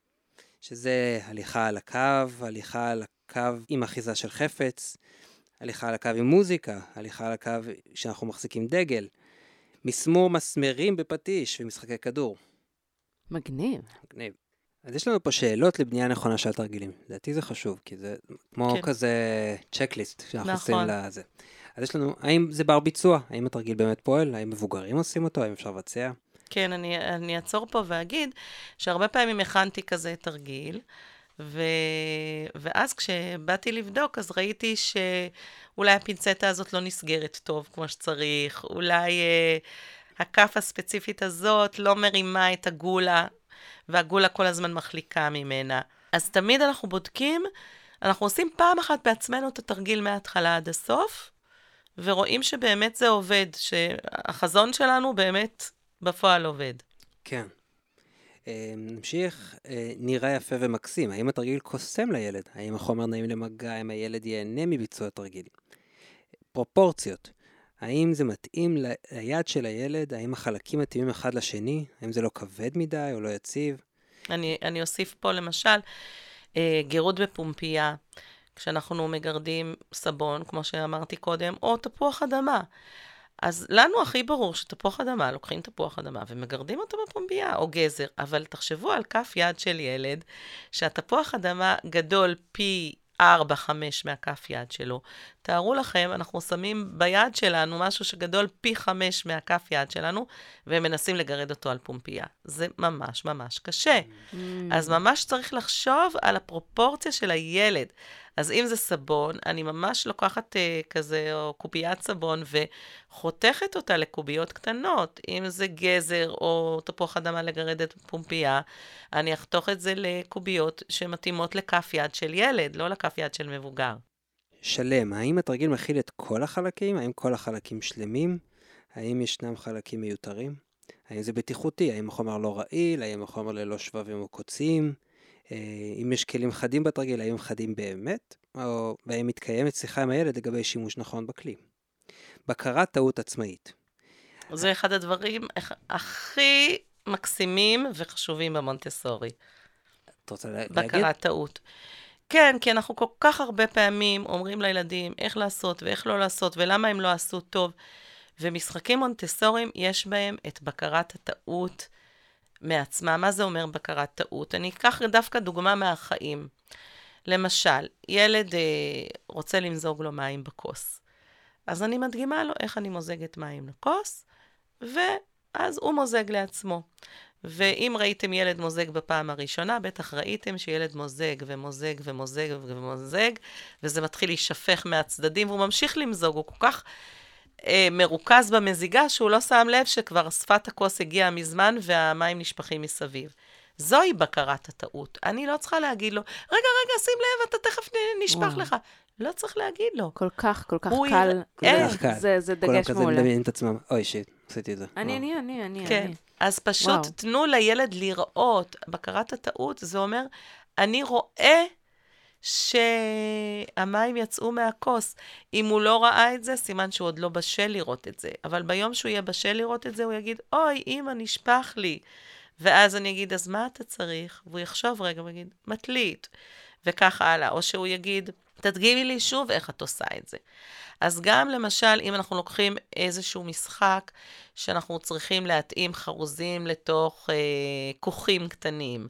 שזה הליכה על הקו, הליכה על הקו עם אחיזה של חפץ, הליכה על הקו עם מוזיקה, הליכה על הקו שאנחנו מחזיקים דגל, מסמור מסמרים בפטיש ומשחקי כדור. מגניב. אז יש לנו פה שאלות לבנייה נכונה של התרגילים. לדעתי זה חשוב, כי זה כמו כזה צ'קליסט שאנחנו עושים לזה. אז יש לנו, האם זה בר ביצוע? האם התרגיל באמת פועל? האם מבוגרים עושים אותו? האם אפשר לבצע? כן, אני אעצור פה ואגיד שהרבה פעמים הכנתי כזה תרגיל, ואז כשבאתי לבדוק, אז ראיתי שאולי הפינצטה הזאת לא נסגרת טוב כמו שצריך, אולי הכף הספציפית הזאת לא מרימה את הגולה, והגולה כל הזמן מחליקה ממנה. אז תמיד אנחנו בודקים, אנחנו עושים פעם אחת בעצמנו את התרגיל מההתחלה עד הסוף, ורואים שבאמת זה עובד, שהחזון שלנו באמת בפועל עובד. כן. נמשיך, נראה יפה ומקסים. האם התרגיל קוסם לילד? האם החומר נעים למגע? האם הילד ייהנה מביצוע התרגיל? פרופורציות. האם זה מתאים ליד של הילד? האם החלקים מתאימים אחד לשני? האם זה לא כבד מדי או לא יציב? אני אוסיף פה למשל, גירות בפומפייה, כשאנחנו מגרדים סבון, כמו שאמרתי קודם, או תפוח אדמה. אז לנו הכי ברור שתפוח אדמה, לוקחים תפוח אדמה ומגרדים אותו בפומבייה או גזר, אבל תחשבו על כף יד של ילד, שהתפוח אדמה גדול פי 4-5 מהכף יד שלו. תארו לכם, אנחנו שמים ביד שלנו משהו שגדול פי 5 מהכף יד שלנו, והם מנסים לגרד אותו על פומפייה. זה ממש ממש קשה. אז ממש צריך לחשוב על הפרופורציה של הילד. אז אם זה סבון, אני ממש לוקחת כזה, או קוביית סבון, וחותכת אותה לקוביות קטנות. אם זה גזר או תפוח אדמה לגרדת פומפייה, אני אחתוך את זה לקוביות שמתאימות לכף יד של ילד, לא לכף יד של מבוגר. שלם, האם התרגיל מכיל את כל החלקים? האם כל החלקים שלמים? האם ישנם חלקים מיותרים? האם זה בטיחותי? האם החומר לא רעיל? האם החומר ללא שבבים או קוצים? אם יש כלים חדים בתרגיל, האם חדים באמת? או האם מתקיימת שיחה עם הילד לגבי שימוש נכון בכלי? בקרת טעות עצמאית. זה אחד הדברים הכי מקסימים וחשובים במונטסורי. את רוצה להגיד? בקרת טעות. כן, כי אנחנו כל כך הרבה פעמים אומרים לילדים איך לעשות ואיך לא לעשות, ולמה הם לא עשו טוב. ומשחקים מונטסוריים יש בהם את בקרת הטעות מעצמה. מה זה אומר בקרת טעות? אני אקח דווקא דוגמה מהחיים. למשל, ילד רוצה למזוג לו מים בכוס. אז אני מדגימה לו איך אני מוזגת מים לכוס, ואז הוא מוזג לעצמו. ואם ראיתם ילד מוזג בפעם הראשונה, בטח ראיתם שילד מוזג ומוזג ומוזג ומוזג, וזה מתחיל להישפך מהצדדים, והוא ממשיך למזוג, הוא כל כך מרוכז במזיגה, שהוא לא שם לב שכבר שפת הכוס הגיעה מזמן, והמים נשפכים מסביב. זוהי בקרת הטעות. אני לא צריכה להגיד לו, רגע, שים לב, אתה תכף נשפך לך. לא צריך להגיד לו. כל כך קל. כל כך קל. זה דגש מעולה. כולם כזה מדמיינים את עצמם. אוי, שיט, עשיתי את זה. אני. כן. אז פשוט תנו לילד לראות. בקרת הטעות, זה אומר, אני רואה שהמים יצאו מהכוס. אם הוא לא ראה את זה, סימן שהוא עוד לא בשל לראות את זה. אבל ביום שהוא יהיה בשל לראות את זה, הוא יגיד, אוי, אמא, נשפך לי. ואז אני אגיד, אז מה אתה צריך? והוא יחשוב רגע, הוא יגיד, מטלית. וכך הלאה. או שהוא יגיד, תדגימי לי שוב איך את עושה את זה. אז גם למשל, אם אנחנו לוקחים איזשהו משחק, שאנחנו צריכים להתאים חרוזים לתוך כוכים קטנים,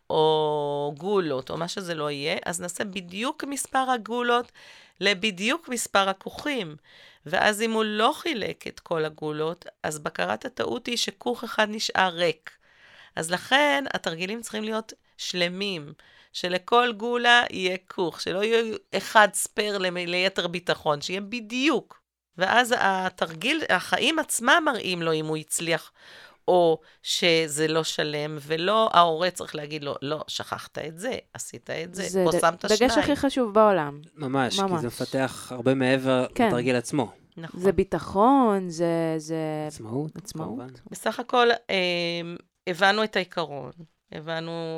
או גולות, או מה שזה לא יהיה, אז נעשה בדיוק מספר הגולות לבדיוק מספר הכוכים. ואז אם הוא לא חילק את כל הגולות, אז בקרת הטעות היא שכוך אחד נשאר ריק. אז לכן התרגילים צריכים להיות שלמים, שלכל גולה יהיה כוך, שלא יהיה אחד ספר ליתר ביטחון, שיהיה בדיוק. ואז התרגיל, החיים עצמם מראים לו אם הוא הצליח, או שזה לא שלם, ולא ההורה צריך להגיד לו, לא, שכחת את זה, עשית את זה, או שמת שניים. זה דגש הכי חשוב בעולם. ממש, כי זה מפתח הרבה מעבר לתרגיל עצמו. נכון. זה ביטחון, זה... עצמאות. בסך הכל, הבנו את העיקרון, הבנו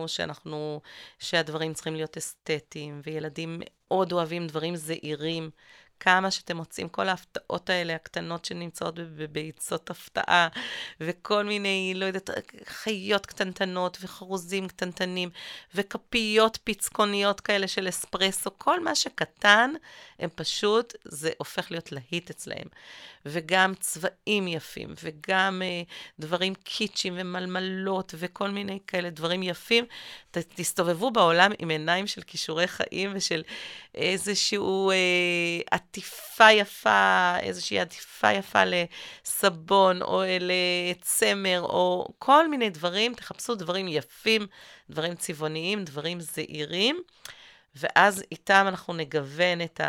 שהדברים צריכים להיות אסתטיים, וילדים מאוד אוהבים דברים זהירים, כמה שאתם מוצאים, כל ההפתעות האלה, הקטנות שנמצאות בביצות הפתעה, וכל מיני, לא יודעת, חיות קטנטנות, וחרוזים קטנטנים, וכפיות פצקוניות כאלה של אספרסו, כל מה שקטן, הם פשוט, זה הופך להיות להיט אצלהם. וגם צבעים יפים, וגם דברים קיצ'ים ומלמלות, וכל מיני כאלה דברים יפים. תסתובבו בעולם עם עיניים של כישורי חיים, ושל איזשהו עטיפה יפה, איזושהי עטיפה יפה לסבון, או לצמר, או כל מיני דברים. תחפשו דברים יפים, דברים צבעוניים, דברים זהירים, ואז איתם אנחנו נגוון את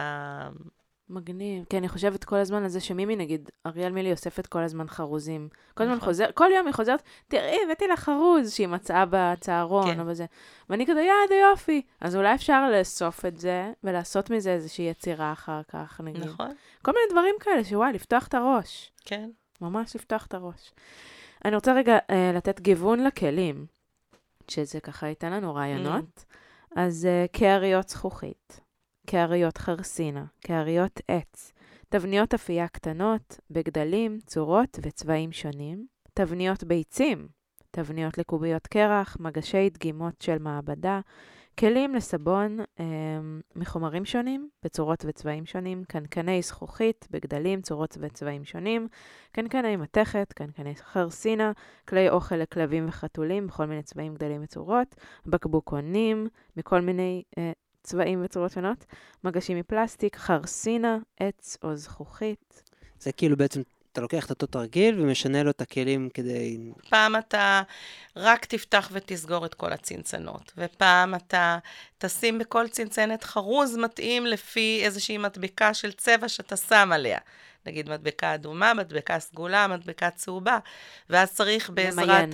מגניב. כי אני חושבת כל הזמן על זה שמימי, נגיד, אריאל מילי אוספת כל הזמן חרוזים. כל יום היא חוזרת, תראי, הבאתי לה חרוז שהיא מצאה בצהרון או בזה. ואני כזה, זה יופי. אז אולי אפשר לאסוף את זה, ולעשות מזה איזושהי יצירה אחר כך, נגיד. נכון. כל מיני דברים כאלה, שוואי, לפתוח את הראש. כן. ממש לפתוח את הראש. אני רוצה רגע לתת גיוון לכלים, שזה ככה ייתן לנו רעיונות. אז קעריות זכוכית. קעריות חרסינה, קעריות עץ, תבניות אפייה קטנות, בגדלים, צורות וצבעים שונים, תבניות ביצים, תבניות לקוביות קרח, מגשי דגימות של מעבדה, כלים לסבון מחומרים שונים, בצורות וצבעים שונים, קנקני זכוכית, בגדלים, צורות וצבעים שונים, קנקני מתכת, קנקני חרסינה, כלי אוכל לכלבים וחתולים, בכל מיני צבעים, גדלים וצורות, בקבוקונים, מכל מיני צבעים וצורות שונות, מגשים מפלסטיק, חרסינה, עץ או זכוכית. זה כאילו בעצם, אתה לוקח את אותו תרגיל ומשנה לו את הכלים כדי... פעם אתה רק תפתח ותסגור את כל הצנצנות, ופעם אתה תשים בכל צנצנת חרוז מתאים לפי איזושהי מדבקה של צבע שאתה שם עליה. נגיד מדבקה אדומה, מדבקה סגולה, מדבקה צהובה, ואז צריך בעזרת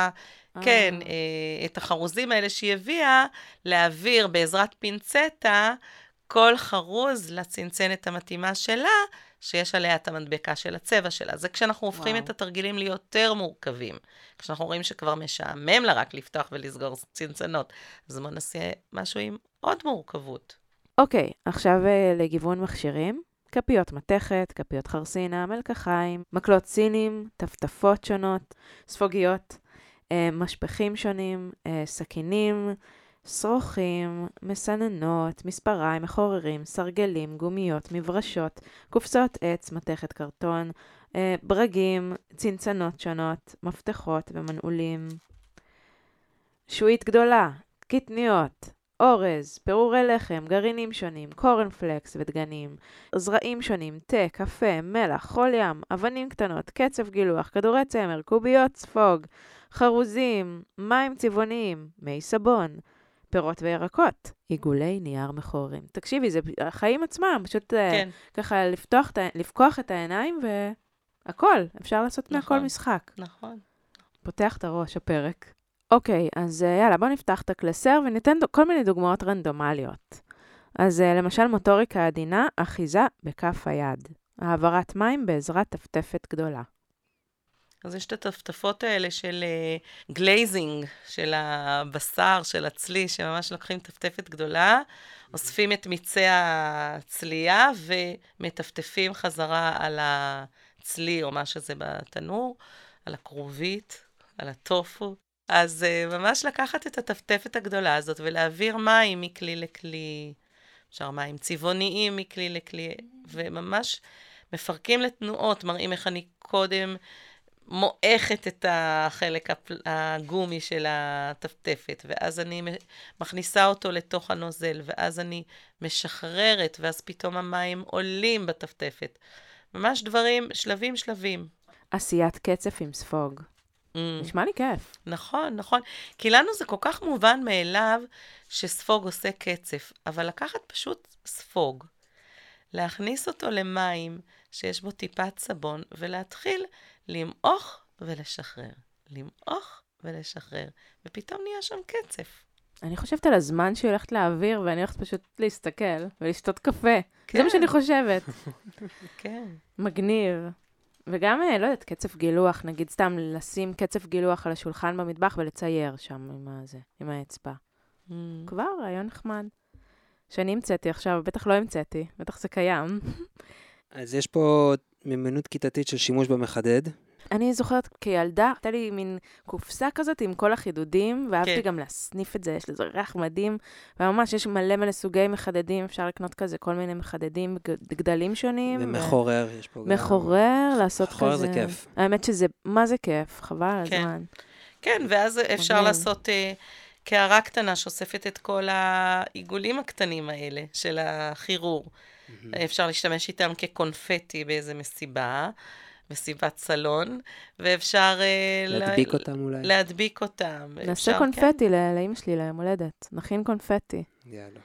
כן, את החרוזים האלה שהיא הביאה, להעביר בעזרת פינצטה כל חרוז לצנצנת המתאימה שלה, שיש עליה את המדבקה של הצבע שלה. זה כשאנחנו הופכים את התרגילים ליותר מורכבים. כשאנחנו רואים שכבר משעמם לה רק לפתוח ולסגור צנצנות. אז בוא נעשה משהו עם עוד מורכבות. אוקיי, עכשיו לגיוון מכשירים. כפיות מתכת, כפיות חרסינה, מלקחיים, מקלות סינים, טפטפות שונות, ספוגיות, משפחים שונים, סכינים, שרוכים, מסננות, מספריים, מחוררים, סרגלים, גומיות, מברשות, קופסאות עץ, מתכת קרטון, ברגים, צנצנות שונות, מפתחות ומנעולים. שועית גדולה, קטניות, אורז, פירורי לחם, גרעינים שונים, קורנפלקס ודגנים, זרעים שונים, תה, קפה, מלח, חול ים, אבנים קטנות, קצף גילוח, כדורי צמר, קוביות ספוג, חרוזים, מים צבעוניים, מי סבון, פירות וירקות, עיגולי נייר מחוררים. תקשיבי, זה החיים עצמם, פשוט כן. ככה לפקוח את העיניים והכל, אפשר לעשות מהכל נכון. משחק. נכון. פותח את הראש הפרק. אוקיי, אז יאללה, בוא נפתח את הקלסר וניתן כל מיני דוגמאות רנדומליות. אז למשל מוטוריקה עדינה, אחיזה בכף היד. העברת מים בעזרת טפטפת גדולה. אז יש את הטפטפות האלה של גלייזינג, של הבשר, של הצלי, שממש לוקחים טפטפת גדולה, אוספים את מיצי הצלייה ומטפטפים חזרה על הצלי או מה שזה בתנור, על הכרובית, על הטופו. אז ממש לקחת את הטפטפת הגדולה הזאת ולהעביר מים מכלי לכלי, אפשר מים צבעוניים מכלי לכלי, וממש מפרקים לתנועות, מראים איך אני קודם מועכת את החלק הגומי של הטפטפת, ואז אני מכניסה אותו לתוך הנוזל, ואז אני משחררת, ואז פתאום המים עולים בטפטפת. ממש דברים, שלבים. עשיית קצף עם ספוג. נשמע לי כיף. נכון, נכון. כי לנו זה כל כך מובן מאליו שספוג עושה קצף, אבל לקחת פשוט ספוג, להכניס אותו למים שיש בו טיפת סבון, ולהתחיל למעוך ולשחרר. למעוך ולשחרר. ופתאום נהיה שם קצף. אני חושבת על הזמן שהיא הולכת להעביר, ואני הולכת פשוט להסתכל ולשתות קפה. כן. זה מה שאני חושבת. כן. מגניב. וגם, לא יודעת, קצף גילוח, נגיד סתם לשים קצף גילוח על השולחן במטבח ולצייר שם עם האצבע. כבר, רעיון נחמד. שאני המצאתי עכשיו, בטח לא המצאתי, בטח זה קיים. אז יש פה מיומנות כיתתית של שימוש במחדד. אני זוכרת כילדה, הייתה לי מין קופסה כזאת עם כל החידודים, ואהבתי גם להסניף את זה, יש לזה ריח מדהים, וממש יש מלא סוגי מחדדים, אפשר לקנות כזה כל מיני מחדדים, גדלים שונים. ומחורר, יש פה גם. מחורר, לעשות כזה. מחורר זה כיף. האמת שזה, מה זה כיף, חבל על הזמן. כן, ואז אפשר לעשות קערה קטנה שאוספת את כל העיגולים הקטנים האלה של החירור. אפשר להשתמש איתם כקונפטי באיזה מסיבת סלון, ואפשר להדביק אותם אולי. להדביק אותם. נעשה קונפטי לאמא שלי, ליום הולדת. נכין קונפטי. יאללה.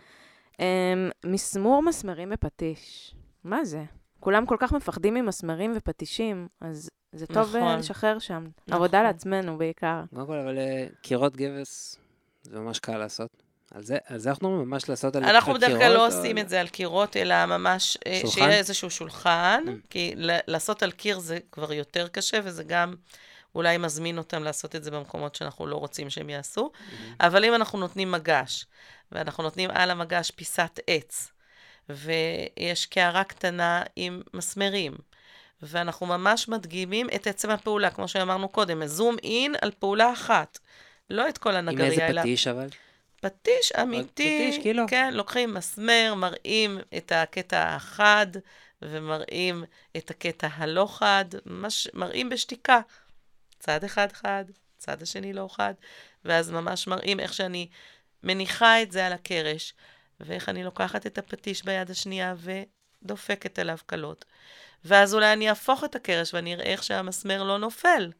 מסמור מסמרים בפטיש. מה זה? כולם כל כך מפחדים ממסמרים ופטישים, אז זה טוב לשחרר שם. עבודה לעצמנו בעיקר. אבל קירות גבס זה ממש קל לעשות. על זה אנחנו ממש לעשות על קירות. אנחנו בדרך כלל לא עושים את זה על קירות, אלא ממש שיהיה איזשהו שולחן, כי לעשות על קיר זה כבר יותר קשה, וזה גם אולי מזמין אותם לעשות את זה במקומות שאנחנו לא רוצים שהם יעשו. אבל אם אנחנו נותנים מגש, ואנחנו נותנים על המגש פיסת עץ, ויש קערה קטנה עם מסמרים, ואנחנו ממש מדגימים את עצם הפעולה, כמו שאמרנו קודם, זום אין על פעולה אחת, לא את כל הנגריה. עם איזה פטיש אבל? פטיש אמיתי, פטיש, כאילו. כן, לוקחים מסמר, מראים את הקטע החד, ומראים את הקטע הלא חד, ממש מראים בשתיקה. צד אחד חד, צד השני לא חד, ואז ממש מראים איך שאני מניחה את זה על הקרש, ואיך אני לוקחת את הפטיש ביד השנייה ודופקת עליו קלות. ואז אולי אני אהפוך את הקרש ואני אראה איך שהמסמר לא נופל.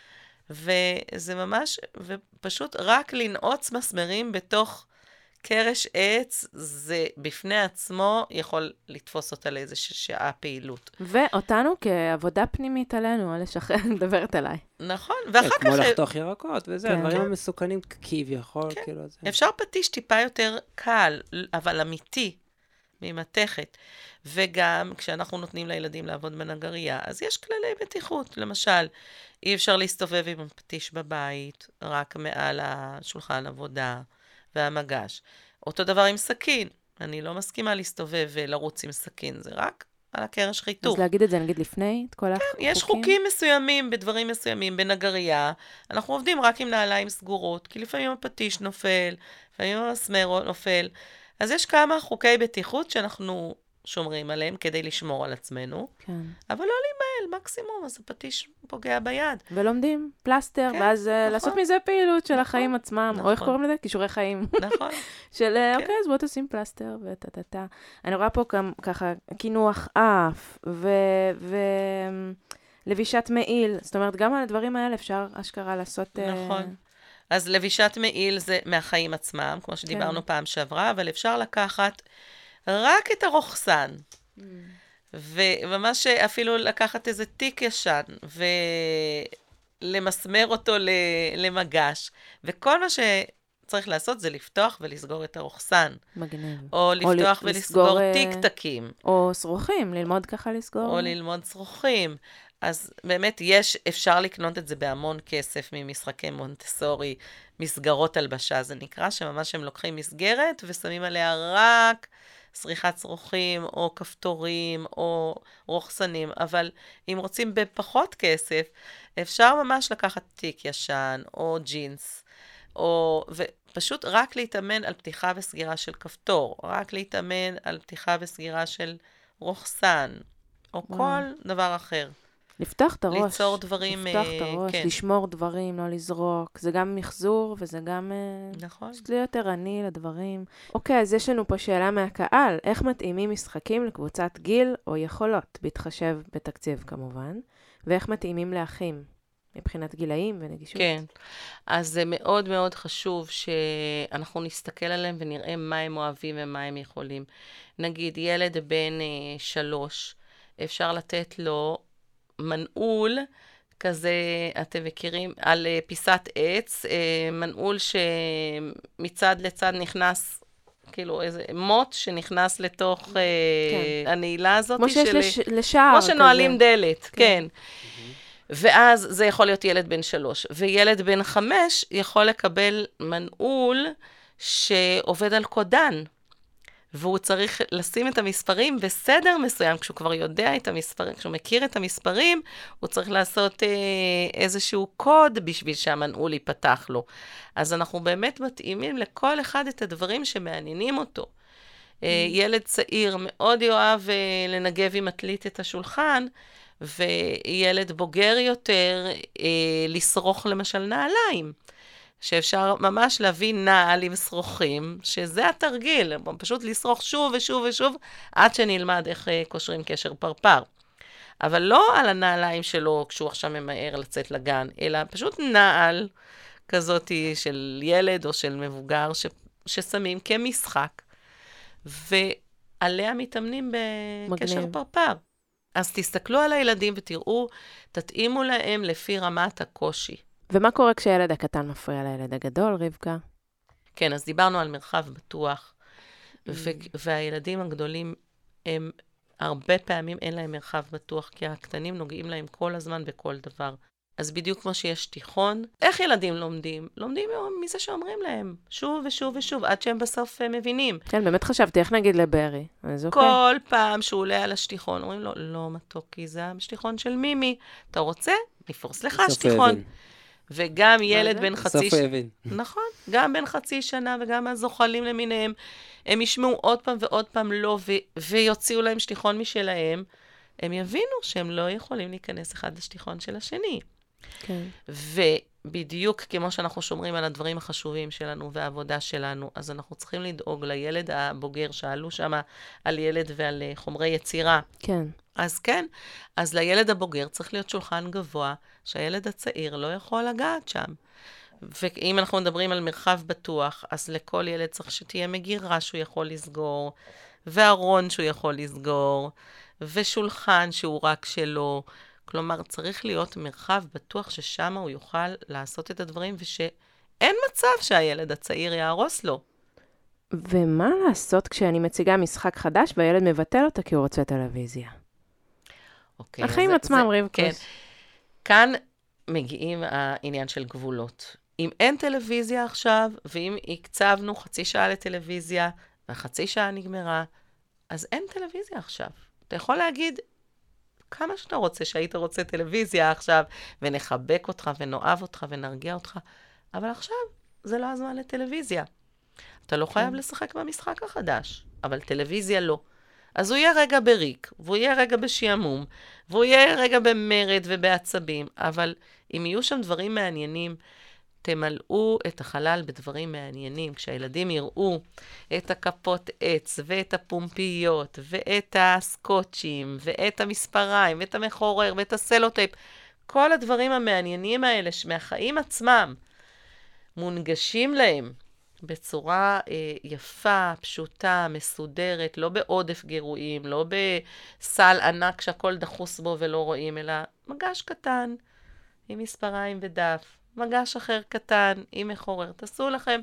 וזה ממש, ופשוט רק לנעוץ מסמרים בתוך קרש עץ, זה בפני עצמו יכול לתפוס אותה לאיזו שעה פעילות. ואותנו כעבודה פנימית עלינו, על לשחרר, מדברת עליי. נכון, ואחר כך... כמו לחתוך ירקות וזה, הדברים המסוכנים כביכול, כאילו זה. אפשר פטיש טיפה יותר קל, אבל אמיתי, ממתכת. וגם כשאנחנו נותנים לילדים לעבוד בנגריה, אז יש כללי בטיחות. למשל, אי אפשר להסתובב עם הפטיש בבית, רק מעל השולחן עבודה והמגש. אותו דבר עם סכין. אני לא מסכימה להסתובב ולרוץ עם סכין, זה רק על הקרש חיתוך. אז להגיד את זה, נגיד לפני, את כל החוקים? יש חוקים מסוימים, בדברים מסוימים, בנגרייה, אנחנו עובדים רק עם נעליים סגורות, כי לפעמים הפטיש נופל, לפעמים המסמר נופל, אז יש כמה חוקי בטיחות שאנחנו שומרים עליהם כדי לשמור על עצמנו, כן. אבל לא להימהל, מקסימום, אז הפטיש פוגע ביד. ולומדים פלסטר, כן, ואז נכון. לעשות מזה פעילות של החיים עצמם, או איך נכון. קוראים לזה? כישורי חיים. נכון. של, כן. אוקיי, אז בוא תשים פלסטר, וטטטה. אני רואה פה ככה כינוח אף, ולבישת מעיל. זאת אומרת, גם על הדברים האלה אפשר אשכרה לעשות... נכון. אז לבישת מעיל זה מהחיים עצמם, כמו שדיברנו פעם שעברה, אבל אפשר לקחת רק את הרוחסן, וממש אפילו לקחת איזה תיק ישן, ולמסמר אותו למגש, וכל מה שצריך לעשות זה לפתוח ולסגור את הרוחסן. מגניב. או לפתוח ולסגור טיק-טקים. או שרוכים, ללמוד ככה לסגור. או ללמוד שרוכים. אז באמת אפשר לקנות את זה בהמון כסף ממשחקי מונטסורי, מסגרות הלבשה, זה נקרא, שממש הם לוקחים מסגרת ושמים עליה רק שריחת שרוכים, או כפתורים, או רוחסנים, אבל אם רוצים בפחות כסף, אפשר ממש לקחת תיק ישן, או ג'ינס, ופשוט רק להתאמן על פתיחה וסגירה של כפתור, רק להתאמן על פתיחה וסגירה של רוחסן, או כל דבר אחר. לפתוח את הראש. ליצור דברים, לפתוח את הראש, כן. לשמור דברים, לא לזרוק. זה גם מחזור, וזה גם... נכון. פשוט להיות ערני לדברים. אוקיי, אז יש לנו פה שאלה מהקהל. איך מתאימים משחקים לקבוצת גיל או יכולות? בהתחשב בתקציב כמובן. ואיך מתאימים לאחים? מבחינת גילאים ונגישות. כן. אז זה מאוד מאוד חשוב שאנחנו נסתכל עליהם ונראה מה הם אוהבים ומה הם יכולים. נגיד, ילד בן 3, אפשר לתת לו מנעול, כזה, אתם מכירים, על פיסת עץ, מנעול שמצד לצד נכנס, כאילו איזה מוט שנכנס לתוך הנעילה הזאת. כמו שיש לשער כזה. כמו שנועלים דלת, כן. ואז זה יכול להיות ילד בן 3, וילד בן 5 יכול לקבל מנעול שעובד על קודן. והוא צריך לשים את המספרים בסדר מסוים, כשהוא כבר יודע את המספרים, כשהוא מכיר את המספרים, הוא צריך לעשות איזשהו קוד בשביל שהמנעול ייפתח לו. אז אנחנו באמת מתאימים לכל אחד את הדברים שמעניינים אותו. ילד צעיר מאוד יאהב לנגב עם מטלית את השולחן, וילד בוגר יותר לסרוך למשל נעליים. שאפשר ממש להביא נעל עם שרוכים, שזה התרגיל, פשוט לסרוך שוב ושוב ושוב, עד שנלמד איך קושרים קשר פרפר. אבל לא על הנעליים שלו, כשהוא עכשיו ממהר לצאת לגן, אלא פשוט נעל כזאת של ילד או של מבוגר, ששמים כמשחק, ועליה מתאמנים בקשר פרפר. אז תסתכלו על הילדים ותראו, תתאימו להם לפי רמת הקושי. ומה קורה כשהילד הקטן מפריע לילד הגדול, רבקה? כן, אז דיברנו על מרחב בטוח, והילדים הגדולים, הם הרבה פעמים אין להם מרחב בטוח, כי הקטנים נוגעים להם כל הזמן בכל דבר. אז בדיוק כמו שיש תיכון, איך ילדים לומדים? לומדים מזה שאומרים להם, שוב ושוב ושוב, עד שהם בסוף מבינים. כן, באמת חשבתי, איך נגיד לברי? אז אוקיי. כל פעם שהוא עולה על השתיכון, אומרים לו, לא מתוקי, זה השתיכון של מימי. אתה רוצה? נפרוס לך השתיכון. וגם ילד בן חצי שנה, נכון, גם בן חצי שנה וגם הזוחלים למיניהם, הם ישמעו עוד פעם ועוד פעם לא, ויוציאו להם שטיחון משלהם, הם יבינו שהם לא יכולים להיכנס אחד לשטיחון של השני. כן. ובדיוק כמו שאנחנו שומרים על הדברים החשובים שלנו והעבודה שלנו, אז אנחנו צריכים לדאוג לילד הבוגר, שאלו שם על ילד ועל חומרי יצירה. כן. אז כן, אז לילד הבוגר צריך להיות שולחן גבוה, שהילד הצעיר לא יכול לגעת שם. ואם אנחנו מדברים על מרחב בטוח, אז לכל ילד צריך שתהיה מגירה שהוא יכול לסגור, וארון שהוא יכול לסגור, ושולחן שהוא רק שלו. כלומר, צריך להיות מרחב בטוח ששם הוא יוכל לעשות את הדברים, ושאין מצב שהילד הצעיר יהרוס לו. ומה לעשות כשאני מציגה משחק חדש, והילד מבטל אותה כי הוא רוצה טלוויזיה? אוקיי, החיים עצמם, רבקוס. כן. כאן מגיעים העניין של גבולות. אם אין טלוויזיה עכשיו, ואם הקצבנו חצי שעה לטלוויזיה, והחצי שעה נגמרה, אז אין טלוויזיה עכשיו. אתה יכול להגיד כמה שאתה רוצה, שהיית רוצה טלוויזיה עכשיו, ונחבק אותך, ונאהב אותך, ונרגיע אותך, אבל עכשיו זה לא הזמן לטלוויזיה. אתה לא חייב לשחק במשחק החדש, אבל טלוויזיה לא. אז הוא יהיה רגע בריק, והוא יהיה רגע בשעמום, והוא יהיה רגע במרד ובעצבים, אבל אם יהיו שם דברים מעניינים, תמלאו את החלל בדברים מעניינים. כשהילדים יראו את הכפות עץ, ואת הפומפיות, ואת הסקוטשים, ואת המספריים, ואת המחורר, ואת הסלוטייפ, כל הדברים המעניינים האלה מהחיים עצמם, מונגשים להם בצורה יפה, פשוטה, מסודרת, לא בעודף גירויים, לא בסל ענק שהכל דחוס בו ולא רואים, אלא מגש קטן עם מספריים ודף, מגש אחר קטן עם מחורר. תעשו לכם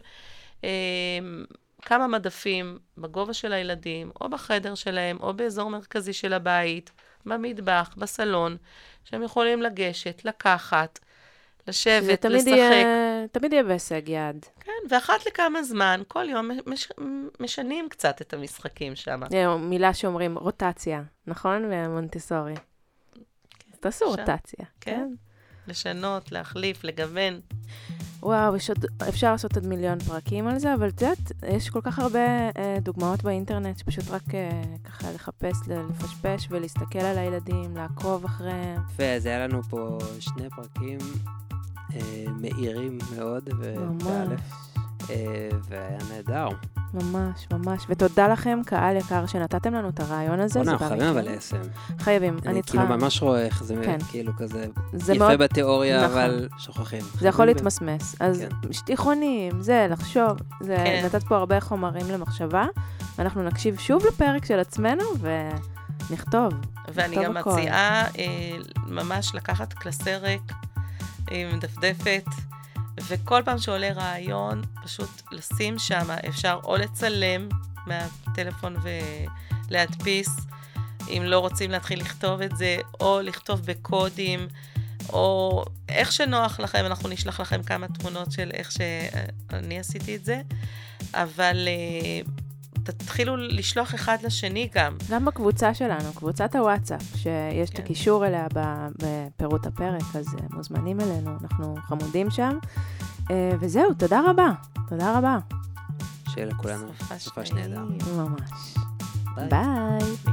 כמה מדפים בגובה של הילדים, או בחדר שלהם, או באזור מרכזי של הבית, במטבח, בסלון, שהם יכולים לגשת, לקחת, לשבת, לשחק. תמיד יהיה בהישג יד. כן, ואחת לכמה זמן, כל יום משנים קצת את המשחקים שם. מילה שאומרים רוטציה, נכון? ומונטסורי. תעשו רוטציה. כן. לשנות, להחליף, לגוון. וואו, אפשר לעשות עוד מיליון פרקים על זה, אבל את יודעת, יש כל כך הרבה דוגמאות באינטרנט, שפשוט רק ככה לחפש, לפשפש ולהסתכל על הילדים, לעקוב אחריהם. אז היה לנו פה 2 פרקים מאירים מאוד, ובאלף, והיה נהדר. ממש, ממש. ותודה לכם, קהל יקר, שנתתם לנו את הרעיון הזה. אנחנו חייבים אבל ליישם. חייבים. אני כאילו ממש רואה איך זה כאילו כזה יפה בתיאוריה, אבל שוכחים. זה יכול להתמסמס. אז תיכונים, זה, לחשוב. נתת פה הרבה חומרים למחשבה, ואנחנו נקשיב שוב לפרק של עצמנו, ונכתוב. ואני גם מציעה ממש לקחת קלסר ריק עם דפדפת, וכל פעם שעולה רעיון, פשוט לשים שם, אפשר או לצלם מהטלפון ולהדפיס, אם לא רוצים להתחיל לכתוב את זה, או לכתוב בקודים, או איך שנוח לכם, אנחנו נשלח לכם כמה תמונות של איך שאני עשיתי את זה, אבל תתחילו לשלוח אחד לשני גם. גם בקבוצה שלנו, קבוצת הוואטסאפ, שיש את הקישור אליה בפירוט הפרק, אז מוזמנים אלינו, אנחנו חמודים שם. וזהו, תודה רבה. תודה רבה. שיהיה לכולנו סופה שנהדר. ממש. ביי.